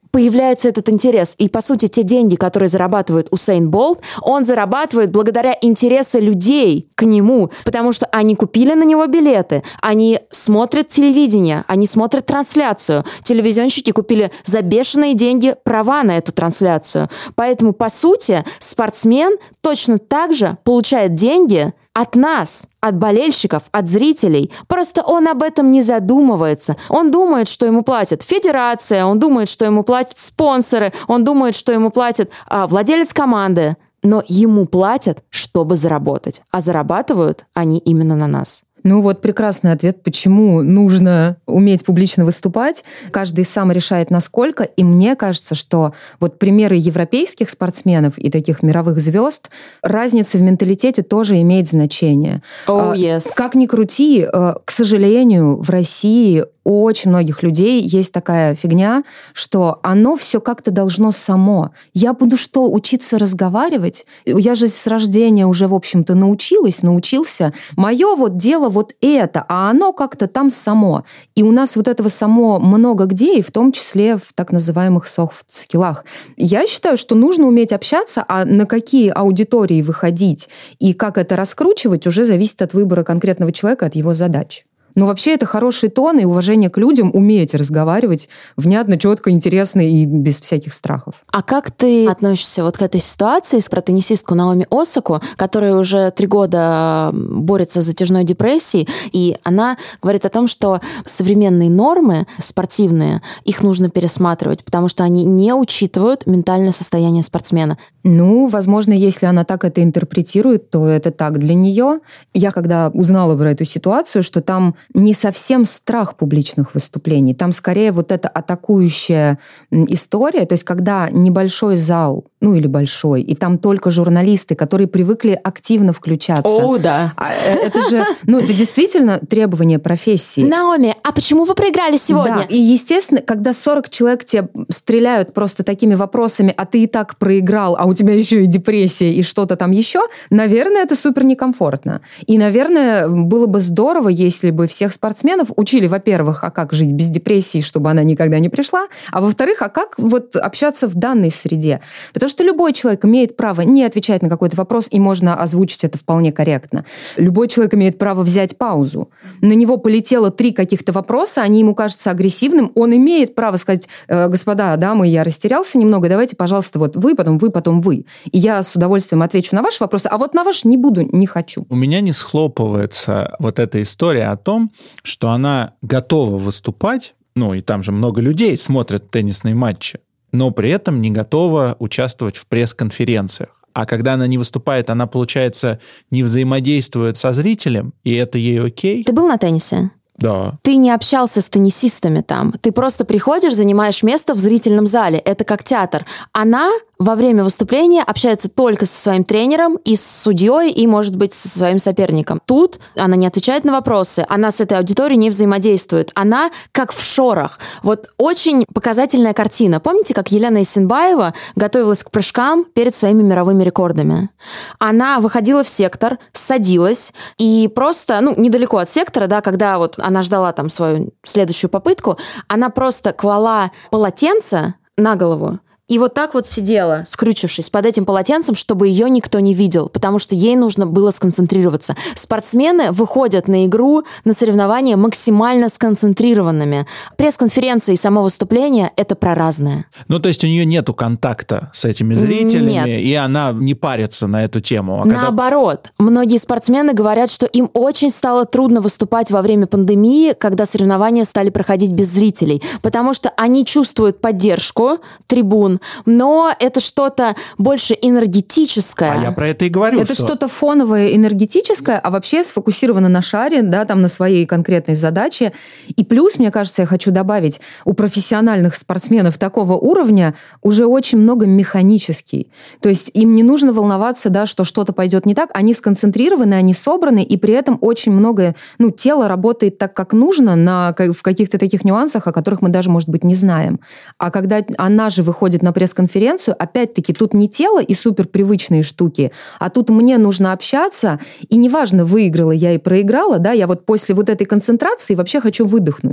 появляется этот интерес. И, по сути, те деньги, которые зарабатывает Усейн Болт, он зарабатывает благодаря интересу людей к нему, потому что они купили на него билеты, они смотрят телевидение, они смотрят трансляцию. Телевизионщики купили за бешеные деньги права на эту трансляцию. Поэтому, по сути, спортсмен точно так же получает деньги от нас, от болельщиков, от зрителей. Просто он об этом не задумывается. Он думает, что ему платит федерация, он думает, что ему платят спонсоры, он думает, что ему платит владелец команды. Но ему платят, чтобы заработать. А зарабатывают они именно на нас. Ну вот прекрасный ответ, почему нужно уметь публично выступать. Каждый сам решает, насколько. И мне кажется, что вот примеры европейских спортсменов и таких мировых звезд, разница в менталитете тоже имеет значение. Oh, yes. Как ни крути, к сожалению, в России у очень многих людей есть такая фигня, что оно все как-то должно само. Я буду что, учиться разговаривать? Я же с рождения уже, в общем-то, научился. Мое вот дело вот это, а оно как-то там само. И у нас вот этого само много где, и в том числе в так называемых софт-скиллах. Я считаю, что нужно уметь общаться, а на какие аудитории выходить и как это раскручивать, уже зависит от выбора конкретного человека, от его задач. Но вообще это хороший тон и уважение к людям, уметь разговаривать внятно, четко, интересно и без всяких страхов. А как ты относишься вот к этой ситуации про теннисистку Наоми Осаку, которая уже 3 года борется с затяжной депрессией, и она говорит о том, что современные нормы спортивные, их нужно пересматривать, потому что они не учитывают ментальное состояние спортсмена. Ну, возможно, если она так это интерпретирует, то это так для нее. Я когда узнала про эту ситуацию, что там не совсем страх публичных выступлений, там скорее вот эта атакующая история, то есть когда небольшой зал, ну или большой, и там только журналисты, которые привыкли активно включаться. О, да. Это же, это действительно требование профессии. Наоми, а почему вы проиграли сегодня? Да, и естественно, когда 40 человек тебе стреляют просто такими вопросами, а ты и так проиграл, а у тебя еще и депрессия, и что-то там еще, наверное, это супер некомфортно. И, наверное, было бы здорово, если бы всех спортсменов учили, во-первых, а как жить без депрессии, чтобы она никогда не пришла, а во-вторых, а как вот общаться в данной среде. Потому что любой человек имеет право не отвечать на какой-то вопрос, и можно озвучить это вполне корректно. Любой человек имеет право взять паузу. На него полетело 3 каких-то вопроса, они ему кажутся агрессивным, он имеет право сказать: господа, дамы, я растерялся немного, давайте, пожалуйста, вот вы, потом вы. И я с удовольствием отвечу на ваши вопросы, а вот на ваш не буду, не хочу. У меня не схлопывается вот эта история о том, что она готова выступать, и там же много людей смотрят теннисные матчи, но при этом не готова участвовать в пресс-конференциях. А когда она не выступает, она, получается, не взаимодействует со зрителем, и это ей окей. Ты был на теннисе? Да. Ты не общался с теннисистами там. Ты просто приходишь, занимаешь место в зрительном зале. Это как театр. Она во время выступления общается только со своим тренером и с судьей, и, может быть, со своим соперником. Тут она не отвечает на вопросы, она с этой аудиторией не взаимодействует. Она как в шорах. Вот очень показательная картина. Помните, как Елена Исенбаева готовилась к прыжкам перед своими мировыми рекордами? Она выходила в сектор, садилась, и просто, недалеко от сектора, да, когда вот она ждала там свою следующую попытку, она просто клала полотенце на голову, и вот так вот сидела, скрючившись под этим полотенцем, чтобы ее никто не видел, потому что ей нужно было сконцентрироваться. Спортсмены выходят на игру, на соревнования максимально сконцентрированными. Пресс-конференция и само выступление — это про разное. То есть у нее нету контакта с этими зрителями, нет. И она не парится на эту тему. Наоборот, многие спортсмены говорят, что им очень стало трудно выступать во время пандемии, когда соревнования стали проходить без зрителей, потому что они чувствуют поддержку трибун, но это что-то больше энергетическое. А я про это и говорю. Это что-то фоновое, энергетическое, а вообще сфокусировано на шаре, да, там на своей конкретной задаче. И плюс, мне кажется, я хочу добавить, у профессиональных спортсменов такого уровня уже очень много механический. То есть им не нужно волноваться, да, что что-то пойдет не так. Они сконцентрированы, они собраны, и при этом очень много, тело работает так, как нужно, в каких-то таких нюансах, о которых мы даже, может быть, не знаем. А когда она же выходит на пресс-конференцию, опять-таки, тут не тело и суперпривычные штуки, а тут мне нужно общаться, и неважно, выиграла я и проиграла, да, я вот после вот этой концентрации вообще хочу выдохнуть.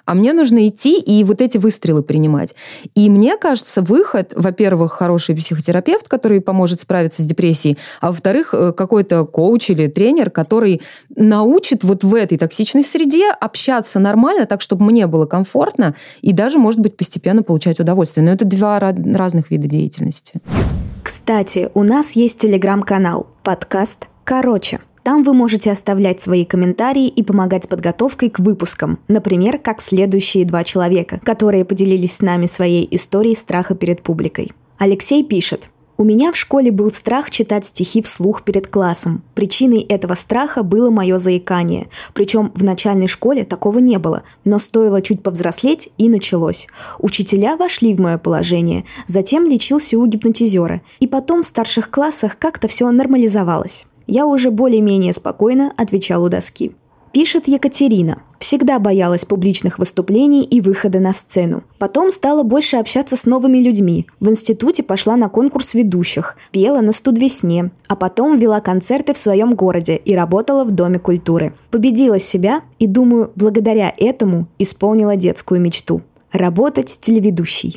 А мне нужно идти и вот эти выстрелы принимать. И мне кажется, выход, во-первых, хороший психотерапевт, который поможет справиться с депрессией, а во-вторых, какой-то коуч или тренер, который научит вот в этой токсичной среде общаться нормально, так, чтобы мне было комфортно и даже, может быть, постепенно получать удовольствие. Но это два разных вида деятельности. Кстати, у нас есть телеграм-канал, подкаст «Короче». Там вы можете оставлять свои комментарии и помогать с подготовкой к выпускам. Например, как следующие 2 человека, которые поделились с нами своей историей страха перед публикой. Алексей пишет. «У меня в школе был страх читать стихи вслух перед классом. Причиной этого страха было мое заикание. Причем в начальной школе такого не было, но стоило чуть повзрослеть, и началось. Учителя вошли в мое положение, затем лечился у гипнотизера. И потом в старших классах как-то все нормализовалось. Я уже более-менее спокойно отвечал у доски». Пишет Екатерина. «Всегда боялась публичных выступлений и выхода на сцену. Потом стала больше общаться с новыми людьми. В институте пошла на конкурс ведущих, пела на студвесне, а потом вела концерты в своем городе и работала в Доме культуры. Победила себя и, думаю, благодаря этому исполнила детскую мечту – работать телеведущей».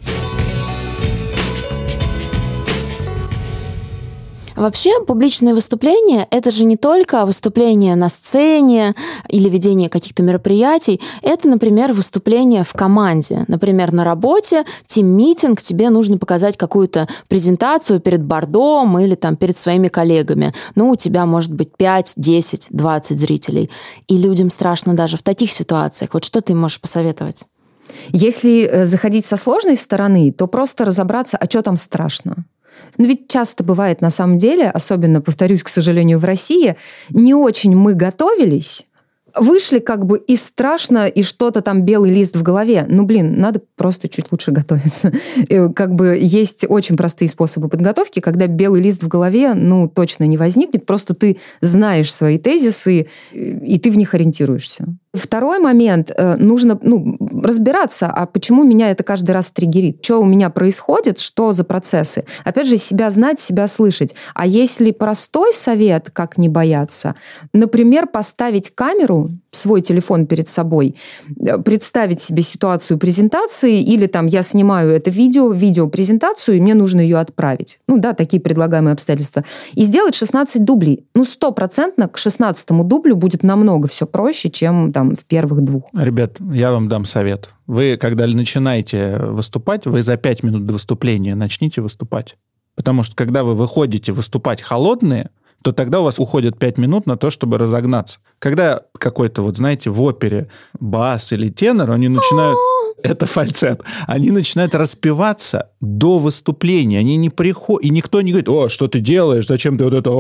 Вообще, публичные выступления – это же не только выступления на сцене или ведение каких-то мероприятий. Это, например, выступление в команде. Например, на работе, тим-митинг, тебе нужно показать какую-то презентацию перед бордом или там перед своими коллегами. Ну, у тебя может быть 5, 10, 20 зрителей. И людям страшно даже в таких ситуациях. Вот что ты можешь посоветовать? Если заходить со сложной стороны, то просто разобраться, а что там страшно. Но ведь часто бывает на самом деле, особенно, повторюсь, к сожалению, в России, не очень мы готовились, вышли как бы и страшно, и что-то там белый лист в голове. Ну, блин, надо просто чуть лучше готовиться. Как бы есть очень простые способы подготовки, когда белый лист в голове, ну, точно не возникнет, просто ты знаешь свои тезисы, и ты в них ориентируешься. Второй момент. Нужно разбираться, а почему меня это каждый раз триггерит? Что у меня происходит? Что за процессы? Опять же, себя знать, себя слышать. А если простой совет, как не бояться? Например, поставить камеру, свой телефон перед собой, представить себе ситуацию презентации, или там я снимаю это видеопрезентацию, и мне нужно ее отправить. Ну да, такие предлагаемые обстоятельства. И сделать 16 дублей. 100% к 16-му дублю будет намного все проще, чем там в первых 2. Ребят, я вам дам совет. Вы, когда начинаете выступать, вы за 5 минут до выступления начните выступать. Потому что, когда вы выходите выступать холодные, то тогда у вас уходит 5 минут на то, чтобы разогнаться. Когда какой-то, вот знаете, в опере бас или тенор, они начинают... Это фальцет. Они начинают распеваться до выступления. Они не приходят... И никто не говорит, о, что ты делаешь, зачем ты вот это...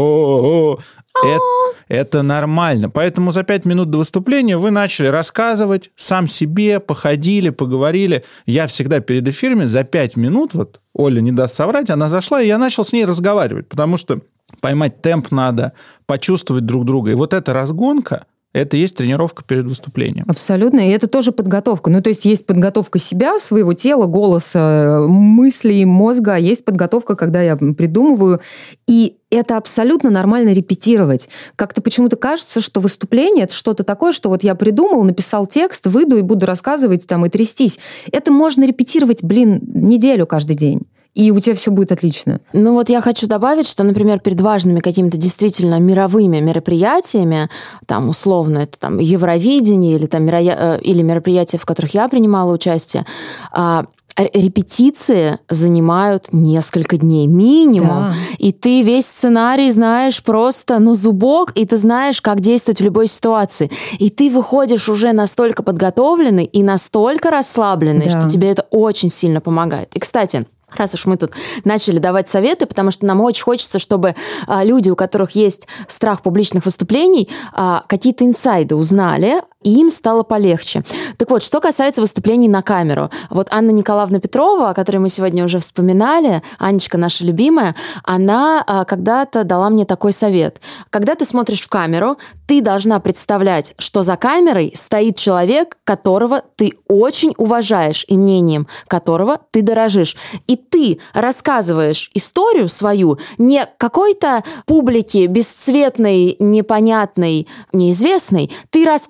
Это нормально. Поэтому за 5 минут до выступления вы начали рассказывать сам себе, походили, поговорили. Я всегда перед эфирами за 5 минут, вот Оля не даст соврать, она зашла, и я начал с ней разговаривать, потому что поймать темп надо, почувствовать друг друга. И вот эта разгонка, это и есть тренировка перед выступлением. Абсолютно. И это тоже подготовка. Ну, то есть подготовка себя, своего тела, голоса, мыслей, мозга. А есть подготовка, когда я придумываю. И это абсолютно нормально репетировать. Как-то почему-то кажется, что выступление – это что-то такое, что вот я придумал, написал текст, выйду и буду рассказывать там и трястись. Это можно репетировать, неделю каждый день. И у тебя все будет отлично. Ну вот я хочу добавить, что, например, перед важными какими-то действительно мировыми мероприятиями, там условно это там Евровидение или там или мероприятия, в которых я принимала участие, репетиции занимают несколько дней минимум, да. И ты весь сценарий знаешь просто на зубок, и ты знаешь, как действовать в любой ситуации. И ты выходишь уже настолько подготовленный и настолько расслабленный, да. Что тебе это очень сильно помогает. И, кстати, раз уж мы тут начали давать советы, потому что нам очень хочется, чтобы люди, у которых есть страх публичных выступлений, какие-то инсайды узнали, и им стало полегче. Так вот, что касается выступлений на камеру. Вот Анна Николаевна Петрова, о которой мы сегодня уже вспоминали, Анечка наша любимая, она когда-то дала мне такой совет. Когда ты смотришь в камеру, ты должна представлять, что за камерой стоит человек, которого ты очень уважаешь и мнением которого ты дорожишь. И ты рассказываешь историю свою не какой-то публике бесцветной, непонятной, неизвестной. Ты рассказываешь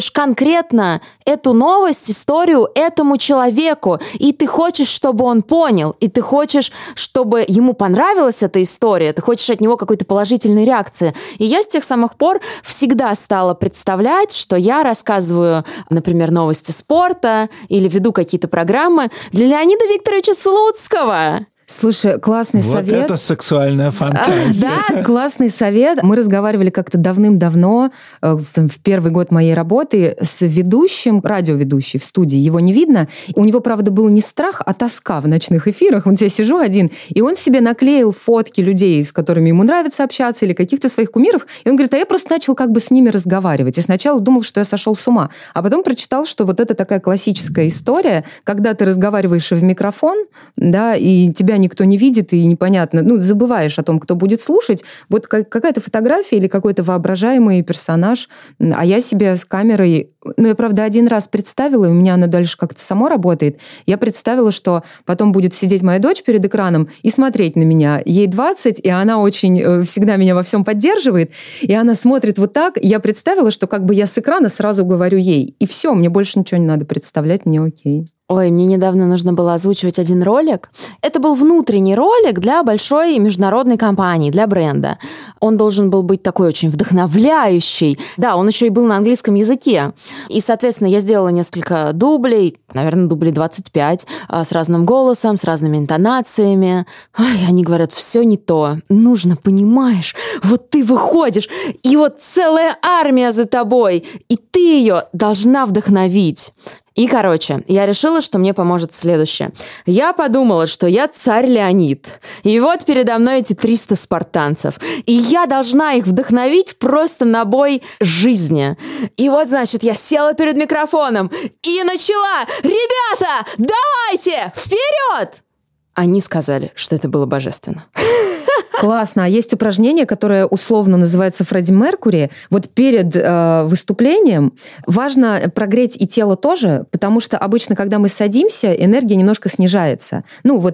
рассказываешь конкретно эту новость, историю этому человеку, и ты хочешь, чтобы он понял, и ты хочешь, чтобы ему понравилась эта история, ты хочешь от него какой-то положительной реакции. И я с тех самых пор всегда стала представлять, что я рассказываю, например, новости спорта или веду какие-то программы для Леонида Викторовича Слуцкого. Слушай, классный совет. Вот это сексуальная фантазия. Да, классный совет. Мы разговаривали как-то давным-давно, в первый год моей работы, с ведущим, радиоведущий в студии. Его не видно. У него, правда, был не страх, а тоска в ночных эфирах. Вот я сижу один, и он себе наклеил фотки людей, с которыми ему нравится общаться, или каких-то своих кумиров. И он говорит, а я просто начал как бы с ними разговаривать. И сначала думал, что я сошел с ума. А потом прочитал, что вот это такая классическая история, когда ты разговариваешь в микрофон, да, и тебя никто не видит, и непонятно, забываешь о том, кто будет слушать. Вот какая-то фотография или какой-то воображаемый персонаж, а я себе с камерой... я, правда, один раз представила, и у меня оно дальше как-то само работает. Я представила, что потом будет сидеть моя дочь перед экраном и смотреть на меня. Ей 20, и она очень всегда меня во всем поддерживает, и она смотрит вот так. Я представила, что как бы я с экрана сразу говорю ей. И все, мне больше ничего не надо представлять, мне окей. Ой, мне недавно нужно было озвучивать один ролик. Это был внутренний ролик для большой международной компании, для бренда. Он должен был быть такой очень вдохновляющий. Да, он еще и был на английском языке. И, соответственно, я сделала несколько дублей, наверное, дублей 25, с разным голосом, с разными интонациями. Ай, они говорят, все не то. Нужно, понимаешь, вот ты выходишь, и вот целая армия за тобой, и ты ее должна вдохновить. И, короче, я решила, что мне поможет следующее. Я подумала, что я царь Леонид. И вот передо мной эти 300 спартанцев. И я должна их вдохновить просто на бой жизни. И вот, значит, я села перед микрофоном и начала. Ребята, давайте, вперед! Они сказали, что это было божественно. Классно. А есть упражнение, которое условно называется Фредди Меркьюри. Вот перед выступлением важно прогреть и тело тоже, потому что обычно, когда мы садимся, энергия немножко снижается.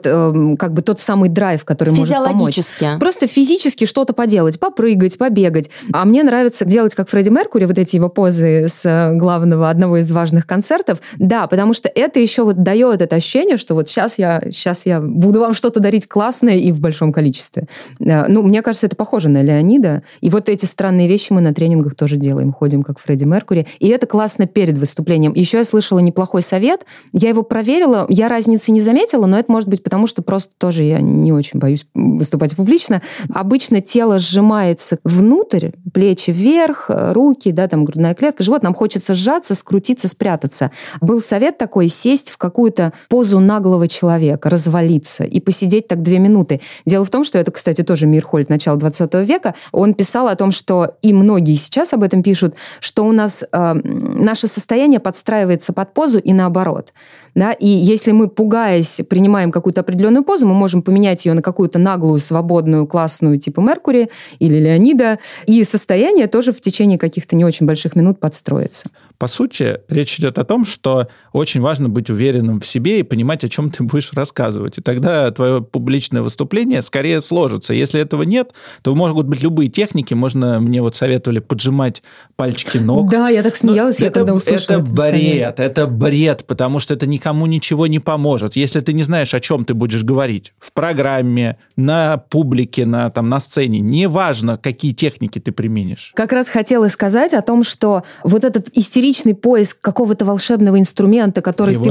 Как бы тот самый драйв, который может помочь. Физиологически. Просто физически что-то поделать, попрыгать, побегать. А мне нравится делать, как Фредди Меркьюри, вот эти его позы с одного из важных концертов. Да, потому что это еще вот дает это ощущение, что вот сейчас я буду вам что-то дарить классное и в большом количестве. Мне кажется, это похоже на Леонида. И вот эти странные вещи мы на тренингах тоже делаем. Ходим, как Фредди Меркьюри. И это классно перед выступлением. Еще я слышала неплохой совет. Я его проверила. Я разницы не заметила, но это может быть потому, что просто тоже я не очень боюсь выступать публично. Обычно тело сжимается внутрь, плечи вверх, руки, грудная клетка, живот. Нам хочется сжаться, скрутиться, спрятаться. Был совет такой: сесть в какую-то позу наглого человека, развалиться и посидеть так 2 минуты. Дело в том, что это, кстати, тоже Мирхольд, начала 20 века. Он писал о том, что, и многие сейчас об этом пишут, что у нас наше состояние подстраивается под позу и наоборот. Да? И если мы, пугаясь, принимаем какую-то определенную позу, мы можем поменять ее на какую-то наглую, свободную, классную, типа Меркьюри или Леонида, и состояние тоже в течение каких-то не очень больших минут подстроится. По сути, речь идет о том, что очень важно быть уверенным в себе и понимать, о чем ты будешь рассказывать. И тогда твое публичное выступление скорее сложится. Если этого нет, то могут быть любые техники. Мне советовали поджимать пальчики ног. Да, я так смеялась, когда услышала этот совет. Это бред, потому что это никому ничего не поможет. Если ты не знаешь, о чем ты будешь говорить в программе, на публике, на сцене, неважно, какие техники ты применишь. Как раз хотела сказать о том, что вот этот истеричный поиск какого-то волшебного инструмента, который его ты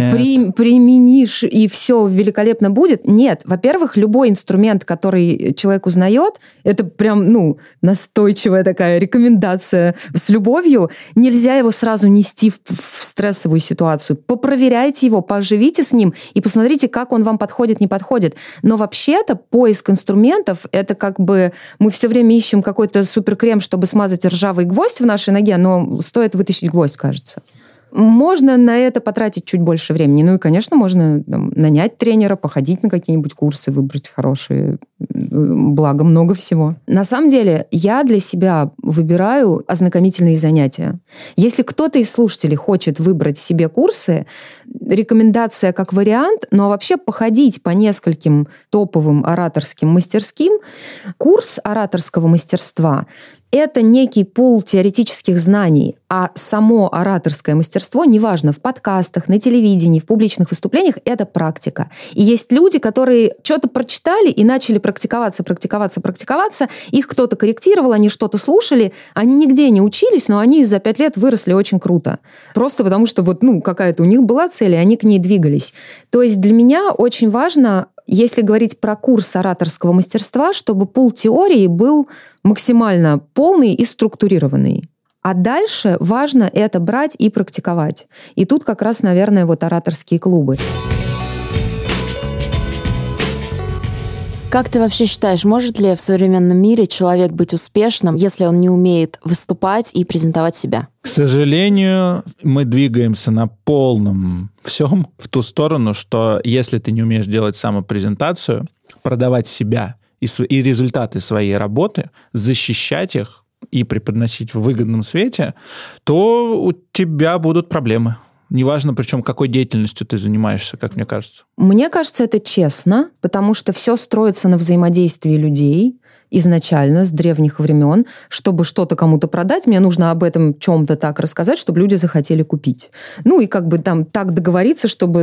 применишь, и все великолепно будет. Нет. Во-первых, любой инструмент, который человек узнает, это прям, настойчивая такая рекомендация с любовью. Нельзя его сразу нести в стрессовую ситуацию. Попроверяйте его, поживите с ним и посмотрите, как он вам подходит, не подходит. Но вообще-то поиск инструментов, это как бы мы все время ищем какой-то суперкрем, чтобы смазать ржавый гвоздь в нашей ноге, но стоит вытащить гвоздь, кажется. Можно на это потратить чуть больше времени. И, конечно, можно нанять тренера, походить на какие-нибудь курсы, выбрать хорошие, благо много всего. На самом деле, я для себя выбираю ознакомительные занятия. Если кто-то из слушателей хочет выбрать себе курсы, рекомендация как вариант, но вообще походить по нескольким топовым ораторским мастерским. Курс ораторского мастерства это некий пул теоретических знаний, а само ораторское мастерство, неважно, в подкастах, на телевидении, в публичных выступлениях, это практика. И есть люди, которые что-то прочитали и начали практиковаться. Их кто-то корректировал, они что-то слушали, они нигде не учились, но они за 5 лет выросли очень круто. Просто потому что какая-то у них была цель, и они к ней двигались. То есть для меня очень важно, если говорить про курс ораторского мастерства, чтобы пул теории был максимально полный и структурированный. А дальше важно это брать и практиковать. И тут как раз, наверное, ораторские клубы. Как ты вообще считаешь, может ли в современном мире человек быть успешным, если он не умеет выступать и презентовать себя? К сожалению, мы двигаемся на полном всем в ту сторону, что если ты не умеешь делать самопрезентацию, продавать себя и результаты своей работы, защищать их и преподносить в выгодном свете, то у тебя будут проблемы. Неважно, причем какой деятельностью ты занимаешься, как мне кажется. Мне кажется, это честно, потому что все строится на взаимодействии людей изначально, с древних времен. Чтобы что-то кому-то продать, мне нужно об этом чем-то так рассказать, чтобы люди захотели купить. И так договориться, чтобы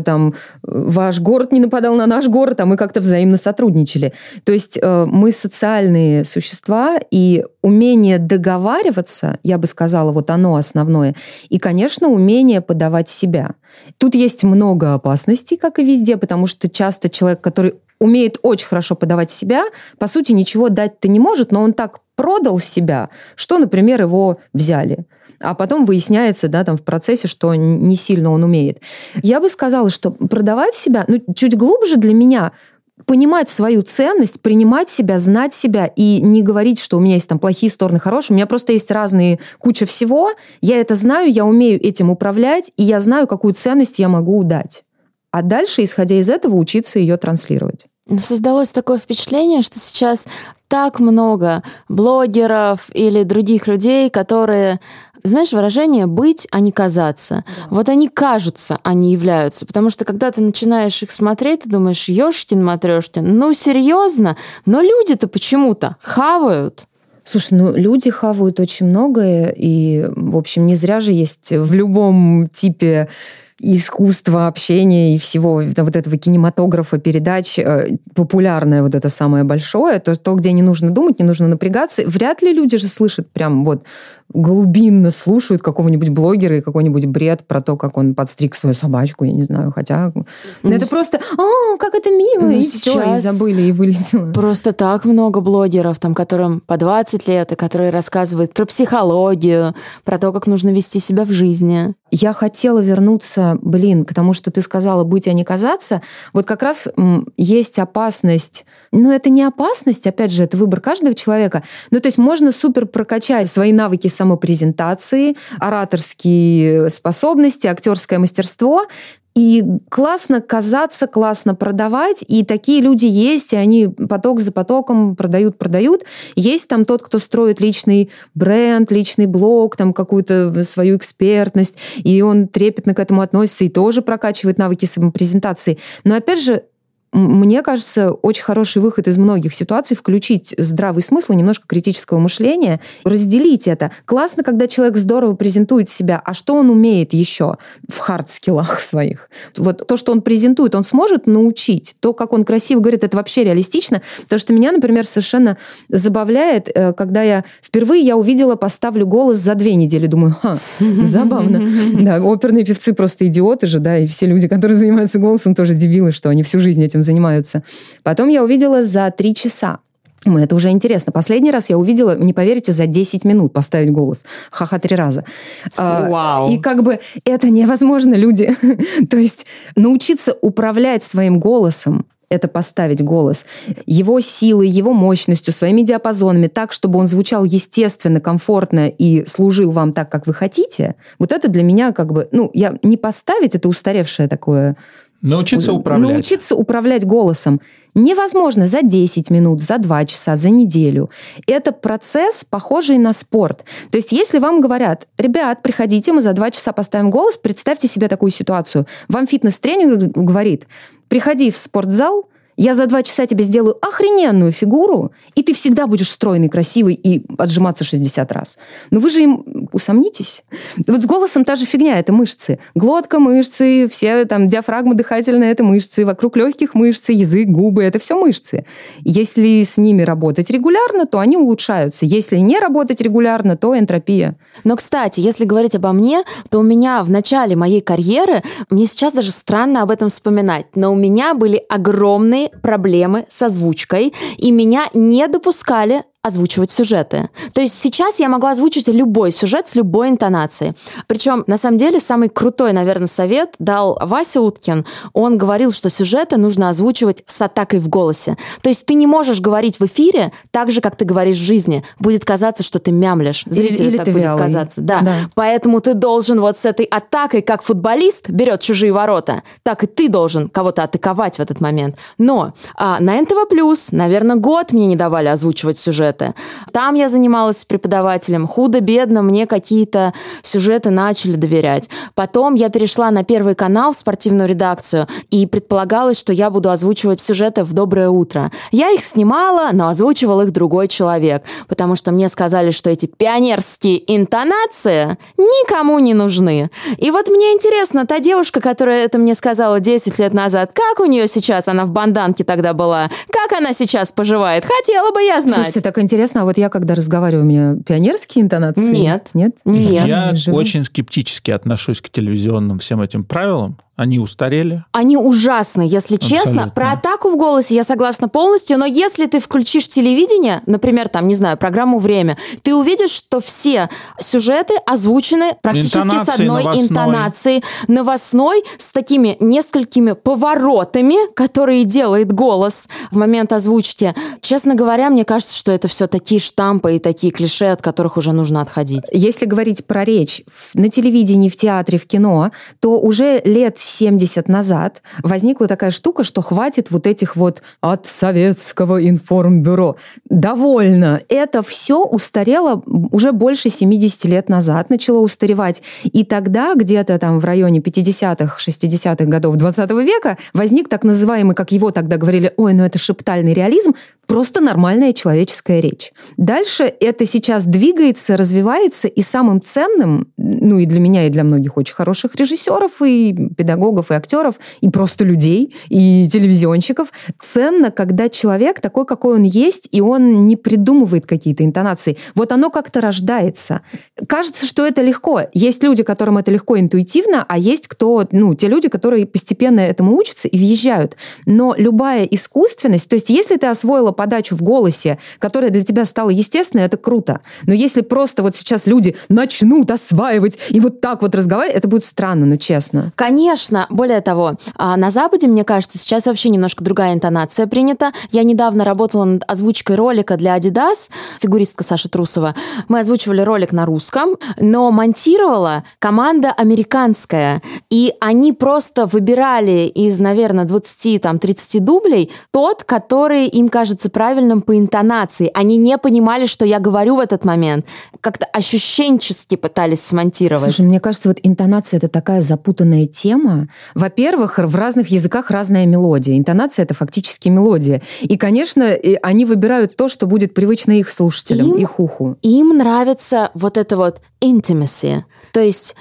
ваш город не нападал на наш город, а мы как-то взаимно сотрудничали. То есть мы социальные существа, и умение договариваться, я бы сказала, оно основное. И, конечно, умение подавать себя. Тут есть много опасностей, как и везде, потому что часто человек, который умеет очень хорошо подавать себя, по сути, ничего дать-то не может, но он так продал себя, что, например, его взяли. А потом выясняется, в процессе, что не сильно он умеет. Я бы сказала, что продавать себя, чуть глубже для меня, понимать свою ценность, принимать себя, знать себя и не говорить, что у меня есть плохие стороны, хорошие. У меня просто есть куча всего. Я это знаю, я умею этим управлять, и я знаю, какую ценность я могу дать. А дальше, исходя из этого, учиться ее транслировать. Создалось такое впечатление, что сейчас так много блогеров или других людей, которые, знаешь, выражение «быть, а не казаться». Да. Они кажутся, они являются. Потому что когда ты начинаешь их смотреть, ты думаешь, ёшкин-матрёшкин, серьезно? Но люди-то почему-то хавают. Слушай, люди хавают очень многое, и, в общем, не зря же есть в любом типе искусства, общения и всего этого кинематографа, передач, популярное это самое большое, то, где не нужно думать, не нужно напрягаться. Вряд ли люди же слышат прям глубинно слушают какого-нибудь блогера и какой-нибудь бред про то, как он подстриг свою собачку, я не знаю, хотя... это просто, как это мило, и все, и забыли, и вылетело. Просто так много блогеров, которым по 20 лет, и которые рассказывают про психологию, про то, как нужно вести себя в жизни. Я хотела вернуться, к тому, что ты сказала «быть, а не казаться». Как раз есть опасность, это не опасность, опять же, это выбор каждого человека. То есть можно супер прокачать свои навыки самопрезентации, ораторские способности, актерское мастерство, и классно казаться, классно продавать, и такие люди есть, и они поток за потоком продают. Есть тот, кто строит личный бренд, личный блог, какую-то свою экспертность, и он трепетно к этому относится и тоже прокачивает навыки самопрезентации. Но опять же, мне кажется, очень хороший выход из многих ситуаций — включить здравый смысл и немножко критического мышления, разделить это. Классно, когда человек здорово презентует себя, а что он умеет еще в хард-скиллах своих? То, что он презентует, он сможет научить. То, как он красиво говорит, это вообще реалистично. Потому что меня, например, совершенно забавляет, когда я впервые увидела «Поставлю голос» за 2 недели. Думаю, забавно. Да, оперные певцы просто идиоты же, да, и все люди, которые занимаются голосом, тоже дебилы, что они всю жизнь этим занимаются. Потом я увидела за 3 часа. Это уже интересно. Последний раз я увидела, не поверите, за 10 минут поставить голос. 3 раза. Вау. И это невозможно, люди. То есть научиться управлять своим голосом, это поставить голос, его силой, его мощностью, своими диапазонами так, чтобы он звучал естественно, комфортно и служил вам так, как вы хотите, это для меня я не поставить, это устаревшее такое. Научиться управлять голосом невозможно за 10 минут, за 2 часа, за неделю. Это процесс, похожий на спорт. То есть если вам говорят: ребят, приходите, мы за 2 часа поставим голос, представьте себе такую ситуацию. Вам фитнес-тренер говорит: приходи в спортзал Я за 2 часа тебе сделаю охрененную фигуру, и ты всегда будешь стройный, красивый и отжиматься 60 раз. Но вы же им усомнитесь. Вот с голосом та же фигня, это мышцы. Глотка, мышцы, все там диафрагма дыхательная, это мышцы, вокруг легких мышцы, язык, губы, это все мышцы. Если с ними работать регулярно, то они улучшаются. Если не работать регулярно, то энтропия. Но, кстати, если говорить обо мне, то у меня в начале моей карьеры, мне сейчас даже странно об этом вспоминать, но у меня были огромные проблемы с озвучкой, и меня не допускали озвучивать сюжеты. То есть сейчас я могу озвучить любой сюжет с любой интонацией. Причем, на самом деле, самый крутой, наверное, совет дал Вася Уткин. Он говорил, что сюжеты нужно озвучивать с атакой в голосе. То есть ты не можешь говорить в эфире так же, как ты говоришь в жизни. Будет казаться, что ты мямлишь. Зрителю или так ты будет вялый. казаться. Да. Поэтому ты должен вот с этой атакой, как футболист берет чужие ворота, так и ты должен кого-то атаковать в этот момент. Но на НТВ+, наверное, год мне не давали озвучивать сюжет. Там я занималась с преподавателем. Худо-бедно мне какие-то сюжеты начали доверять. Потом я перешла на Первый канал в спортивную редакцию, и предполагалось, что я буду озвучивать сюжеты в «Доброе утро». Я их снимала, но озвучивал их другой человек, потому что мне сказали, что эти пионерские интонации никому не нужны. И вот мне интересно, та девушка, которая это мне сказала 10 лет назад, как у нее сейчас, она в банданке тогда была, как она сейчас поживает? Хотела бы я знать. Слушайте, так интересно, а вот я, когда разговариваю, у меня пионерские интонации? Нет. Нет? Я очень скептически отношусь к телевизионным всем этим правилам. Они устарели. Они ужасны, если честно. Абсолютно. Про атаку в голосе я согласна полностью, но если ты включишь телевидение, например, там, не знаю, программу «Время», ты увидишь, что все сюжеты озвучены практически с одной интонацией, новостной, с такими несколькими поворотами, которые делает голос в момент озвучки. Честно говоря, мне кажется, что это все такие штампы и такие клише, от которых уже нужно отходить. Если говорить про речь на телевидении, в театре, в кино, то уже лет 70 назад возникла такая штука, что хватит вот этих вот от советского информбюро. Довольно. Это все устарело уже больше 70 лет назад, начало устаревать. И тогда, где-то там в районе 50-х, 60-х годов 20 века, возник так называемый, как его тогда говорили, ой, ну это шептальный реализм, просто нормальная человеческая речь. Дальше это сейчас двигается, развивается, и самым ценным, ну и для меня, и для многих очень хороших режиссеров, и педагогов, и актеров, и просто людей, и телевизионщиков, ценно, когда человек такой, какой он есть, и он не придумывает какие-то интонации. Вот оно как-то рождается. Кажется, что это легко. Есть люди, которым это легко интуитивно, а есть те люди, которые постепенно этому учатся и въезжают. Но любая искусственность, то есть если ты освоила подачу в голосе, которая для тебя стала естественной, это круто. Но если просто вот сейчас люди начнут осваивать и вот так вот разговаривать, это будет странно, ну честно. Конечно. Более того, на Западе, мне кажется, сейчас вообще немножко другая интонация принята. Я недавно работала над озвучкой ролика для Adidas, фигуристка Саша Трусова. Мы озвучивали ролик на русском, но монтировала команда американская. И они просто выбирали из, наверное, 20-30 дублей тот, который им кажется правильным по интонации. Они не понимали, что я говорю в этот момент. Как-то ощущенчески пытались смонтировать. Слушай, мне кажется, вот интонация — это такая запутанная тема. Во-первых, в разных языках разная мелодия. Интонация — это фактически мелодия. И, конечно, они выбирают то, что будет привычно их слушателям, их уху. Им нравится вот это вот intimacy. То есть,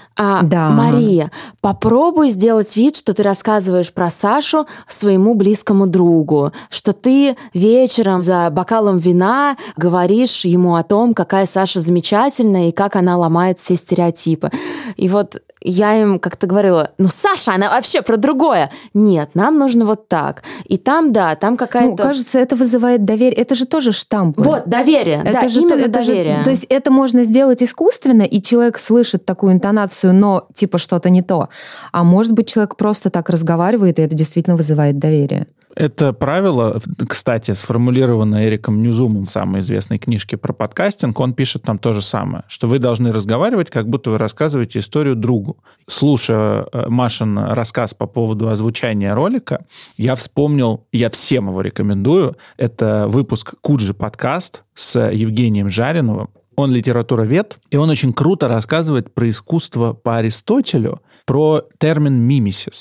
Мария, попробуй сделать вид, что ты рассказываешь про Сашу своему близкому другу, что ты вечером за бокалом вина говоришь ему о том, какая Саша замечательная и как она ломает все стереотипы. И вот я им как-то говорила, Саша, она вообще про другое. Нет, нам нужно вот так. И там, там какая-то... кажется, это вызывает доверие. Это же тоже штампы. Вот, доверие. Именно доверие. То есть это можно сделать искусственно, и человек слышит такую интонацию, но типа что-то не то. А может быть, человек просто так разговаривает, и это действительно вызывает доверие. Это правило, кстати, сформулировано Эриком Ньюзумом в самой известной книжке про подкастинг. Он пишет там то же самое, что вы должны разговаривать, как будто вы рассказываете историю другу. Слушая Машин рассказ по поводу озвучания ролика, я вспомнил, я всем его рекомендую, это выпуск «Куджи подкаст» с Евгением Жариновым. Он литературовед, и он очень круто рассказывает про искусство по Аристотелю, про термин «мимесис».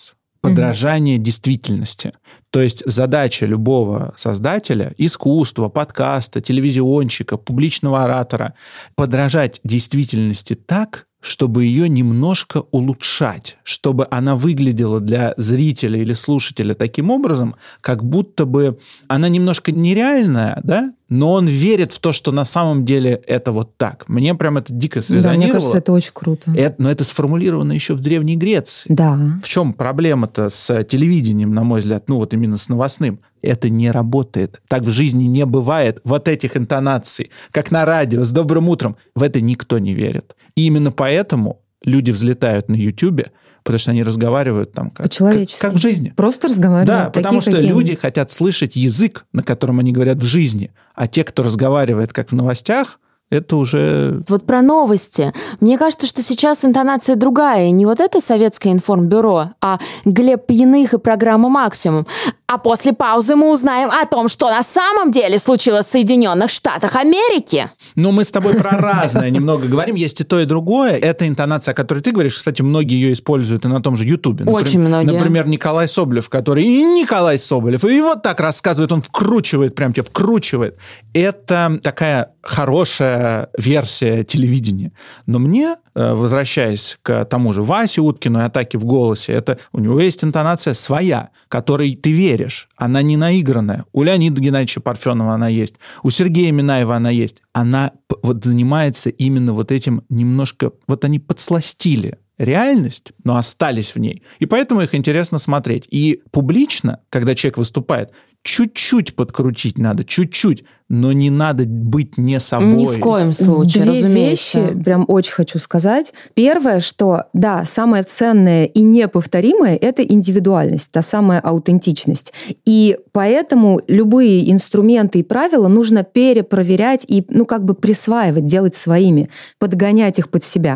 подражание действительности. То есть задача любого создателя искусства, подкаста, телевизионщика, публичного оратора подражать действительности так, чтобы ее немножко улучшать, чтобы она выглядела для зрителя или слушателя таким образом, как будто бы она немножко нереальная, да? Но он верит в то, что на самом деле это вот так. Мне прям это дико срезонировало. Да, мне кажется, это очень круто. Но это сформулировано еще в Древней Греции. Да. В чем проблема-то с телевидением, на мой взгляд, ну вот именно с новостным? Это не работает. Так в жизни не бывает вот этих интонаций, как на радио, с добрым утром. В это никто не верит. И именно поэтому люди взлетают на Ютубе, потому что они разговаривают там как в жизни. Просто разговаривают. Да, потому что люди хотят слышать язык, на котором они говорят в жизни. А те, кто разговаривает как в новостях, это уже... Вот про новости. Мне кажется, что сейчас интонация другая. Не вот это советское информбюро, а Глеб Пьяных и программа «Максимум». А после паузы мы узнаем о том, что на самом деле случилось в Соединенных Штатах Америки. Ну, мы с тобой про разное немного говорим. Есть и то, и другое. Эта интонация, о которой ты говоришь, кстати, многие ее используют и на том же Ютубе. Очень многие. Например, Николай Соболев, который... И Николай Соболев. И вот так рассказывает, он вкручивает, прям тебя вкручивает. Это такая хорошая версия телевидения. Но мне, возвращаясь к тому же Васе Уткину и «Атаке в голосе», это у него есть интонация своя, которой ты веришь. Она не наигранная. У Леонида Геннадьевича Парфенова она есть. У Сергея Минаева она есть. Она вот занимается именно вот этим немножко... Вот они подсластили реальность, но остались в ней. И поэтому их интересно смотреть. И публично, когда человек выступает, чуть-чуть подкрутить надо, чуть-чуть, но не надо быть не собой. Ни в коем случае, разумеется. Две вещи прям очень хочу сказать. Первое, что, да, самое ценное и неповторимое – это индивидуальность, та самая аутентичность. И поэтому любые инструменты и правила нужно перепроверять и, присваивать, делать своими, подгонять их под себя.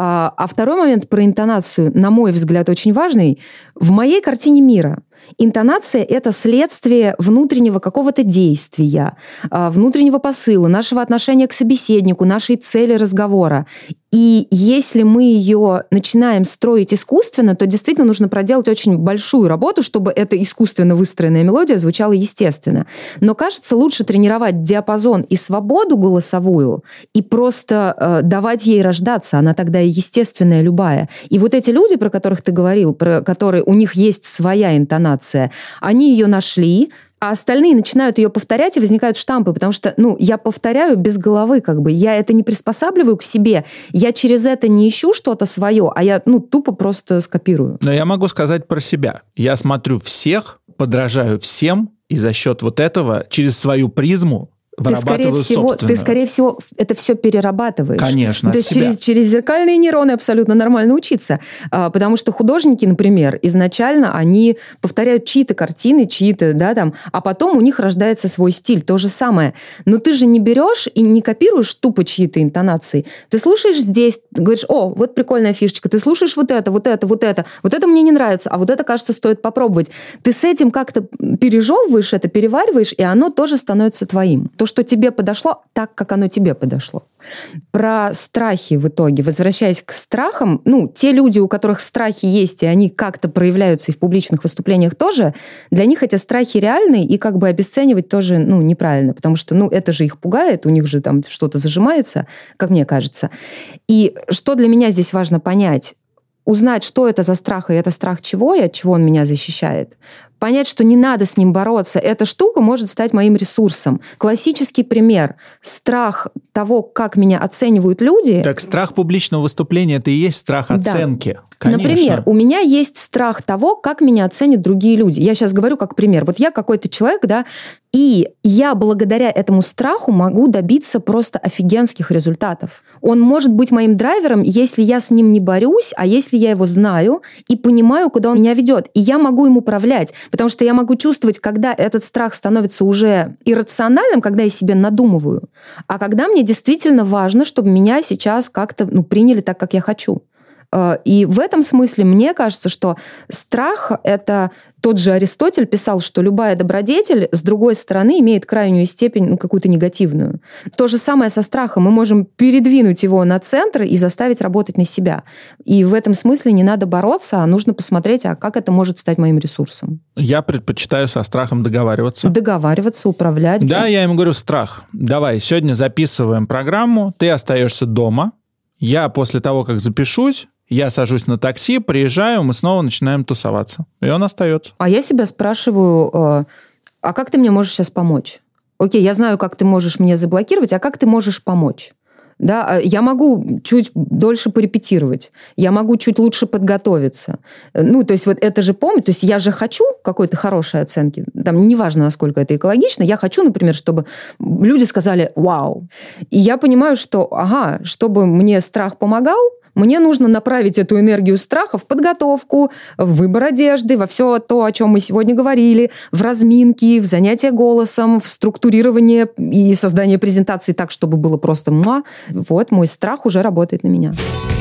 А второй момент про интонацию, на мой взгляд, очень важный. В моей картине мира интонация – это следствие внутреннего какого-то действия, внутреннего посыла, нашего отношения к собеседнику, нашей цели разговора. И если мы ее начинаем строить искусственно, то действительно нужно проделать очень большую работу, чтобы эта искусственно выстроенная мелодия звучала естественно. Но, кажется, лучше тренировать диапазон и свободу голосовую и просто давать ей рождаться. Она тогда и естественная любая. И вот эти люди, про которых ты говорил, про которые у них есть своя интонация, они ее нашли, а остальные начинают ее повторять, и возникают штампы, потому что, я повторяю без головы, я это не приспосабливаю к себе, я через это не ищу что-то свое, а я, тупо просто скопирую. Но я могу сказать про себя. Я смотрю всех, подражаю всем, и за счет вот этого через свою призму вырабатываю собственную. Ты, скорее всего, это все перерабатываешь. Конечно, то есть через зеркальные нейроны абсолютно нормально учиться. Потому что художники, например, изначально они повторяют чьи-то картины, чьи-то, а потом у них рождается свой стиль. То же самое. Но ты же не берешь и не копируешь тупо чьи-то интонации. Ты слушаешь здесь, говоришь, вот прикольная фишечка. Ты слушаешь вот это. Вот это мне не нравится, а вот это, кажется, стоит попробовать. Ты с этим как-то пережевываешь это, перевариваешь, и оно тоже становится твоим. То, что тебе подошло, так, как оно тебе подошло. Про страхи в итоге. Возвращаясь к страхам, те люди, у которых страхи есть, и они как-то проявляются и в публичных выступлениях тоже, для них эти страхи реальны, и обесценивать тоже, неправильно, потому что, это же их пугает, у них же там что-то зажимается, как мне кажется. И что для меня здесь важно понять? Узнать, что это за страх, и это страх чего, и от чего он меня защищает. Понять, что не надо с ним бороться. Эта штука может стать моим ресурсом. Классический пример. Страх того, как меня оценивают люди. Так страх публичного выступления – это и есть страх оценки. Конечно. Например, у меня есть страх того, как меня оценят другие люди. Я сейчас говорю как пример. Вот я какой-то человек, и я благодаря этому страху могу добиться просто офигенских результатов. Он может быть моим драйвером, если я с ним не борюсь, а если я его знаю и понимаю, куда он меня ведет. И я могу им управлять, потому что я могу чувствовать, когда этот страх становится уже иррациональным, когда я себе надумываю, а когда мне действительно важно, чтобы меня сейчас как-то приняли так, как я хочу. И в этом смысле мне кажется, что страх — это... Тот же Аристотель писал, что любая добродетель, с другой стороны, имеет крайнюю степень, какую-то негативную. То же самое со страхом. Мы можем передвинуть его на центр и заставить работать на себя. И в этом смысле не надо бороться, а нужно посмотреть, а как это может стать моим ресурсом. Я предпочитаю со страхом договариваться. Договариваться, управлять. Да, я ему говорю: страх, давай, сегодня записываем программу, ты остаешься дома, я после того, как запишусь, я сажусь на такси, приезжаю, мы снова начинаем тусоваться. И он остается. А я себя спрашиваю, а как ты мне можешь сейчас помочь? Окей, я знаю, как ты можешь меня заблокировать, а как ты можешь помочь? Да, я могу чуть дольше порепетировать, я могу чуть лучше подготовиться. То есть вот это же помню, то есть я же хочу какой-то хорошей оценки, там неважно, насколько это экологично, я хочу, например, чтобы люди сказали «вау». И я понимаю, что, чтобы мне страх помогал, мне нужно направить эту энергию страха в подготовку, в выбор одежды, во все то, о чем мы сегодня говорили, в разминки, в занятия голосом, в структурирование и создание презентации так, чтобы было просто муа. Вот, мой страх уже работает на меня.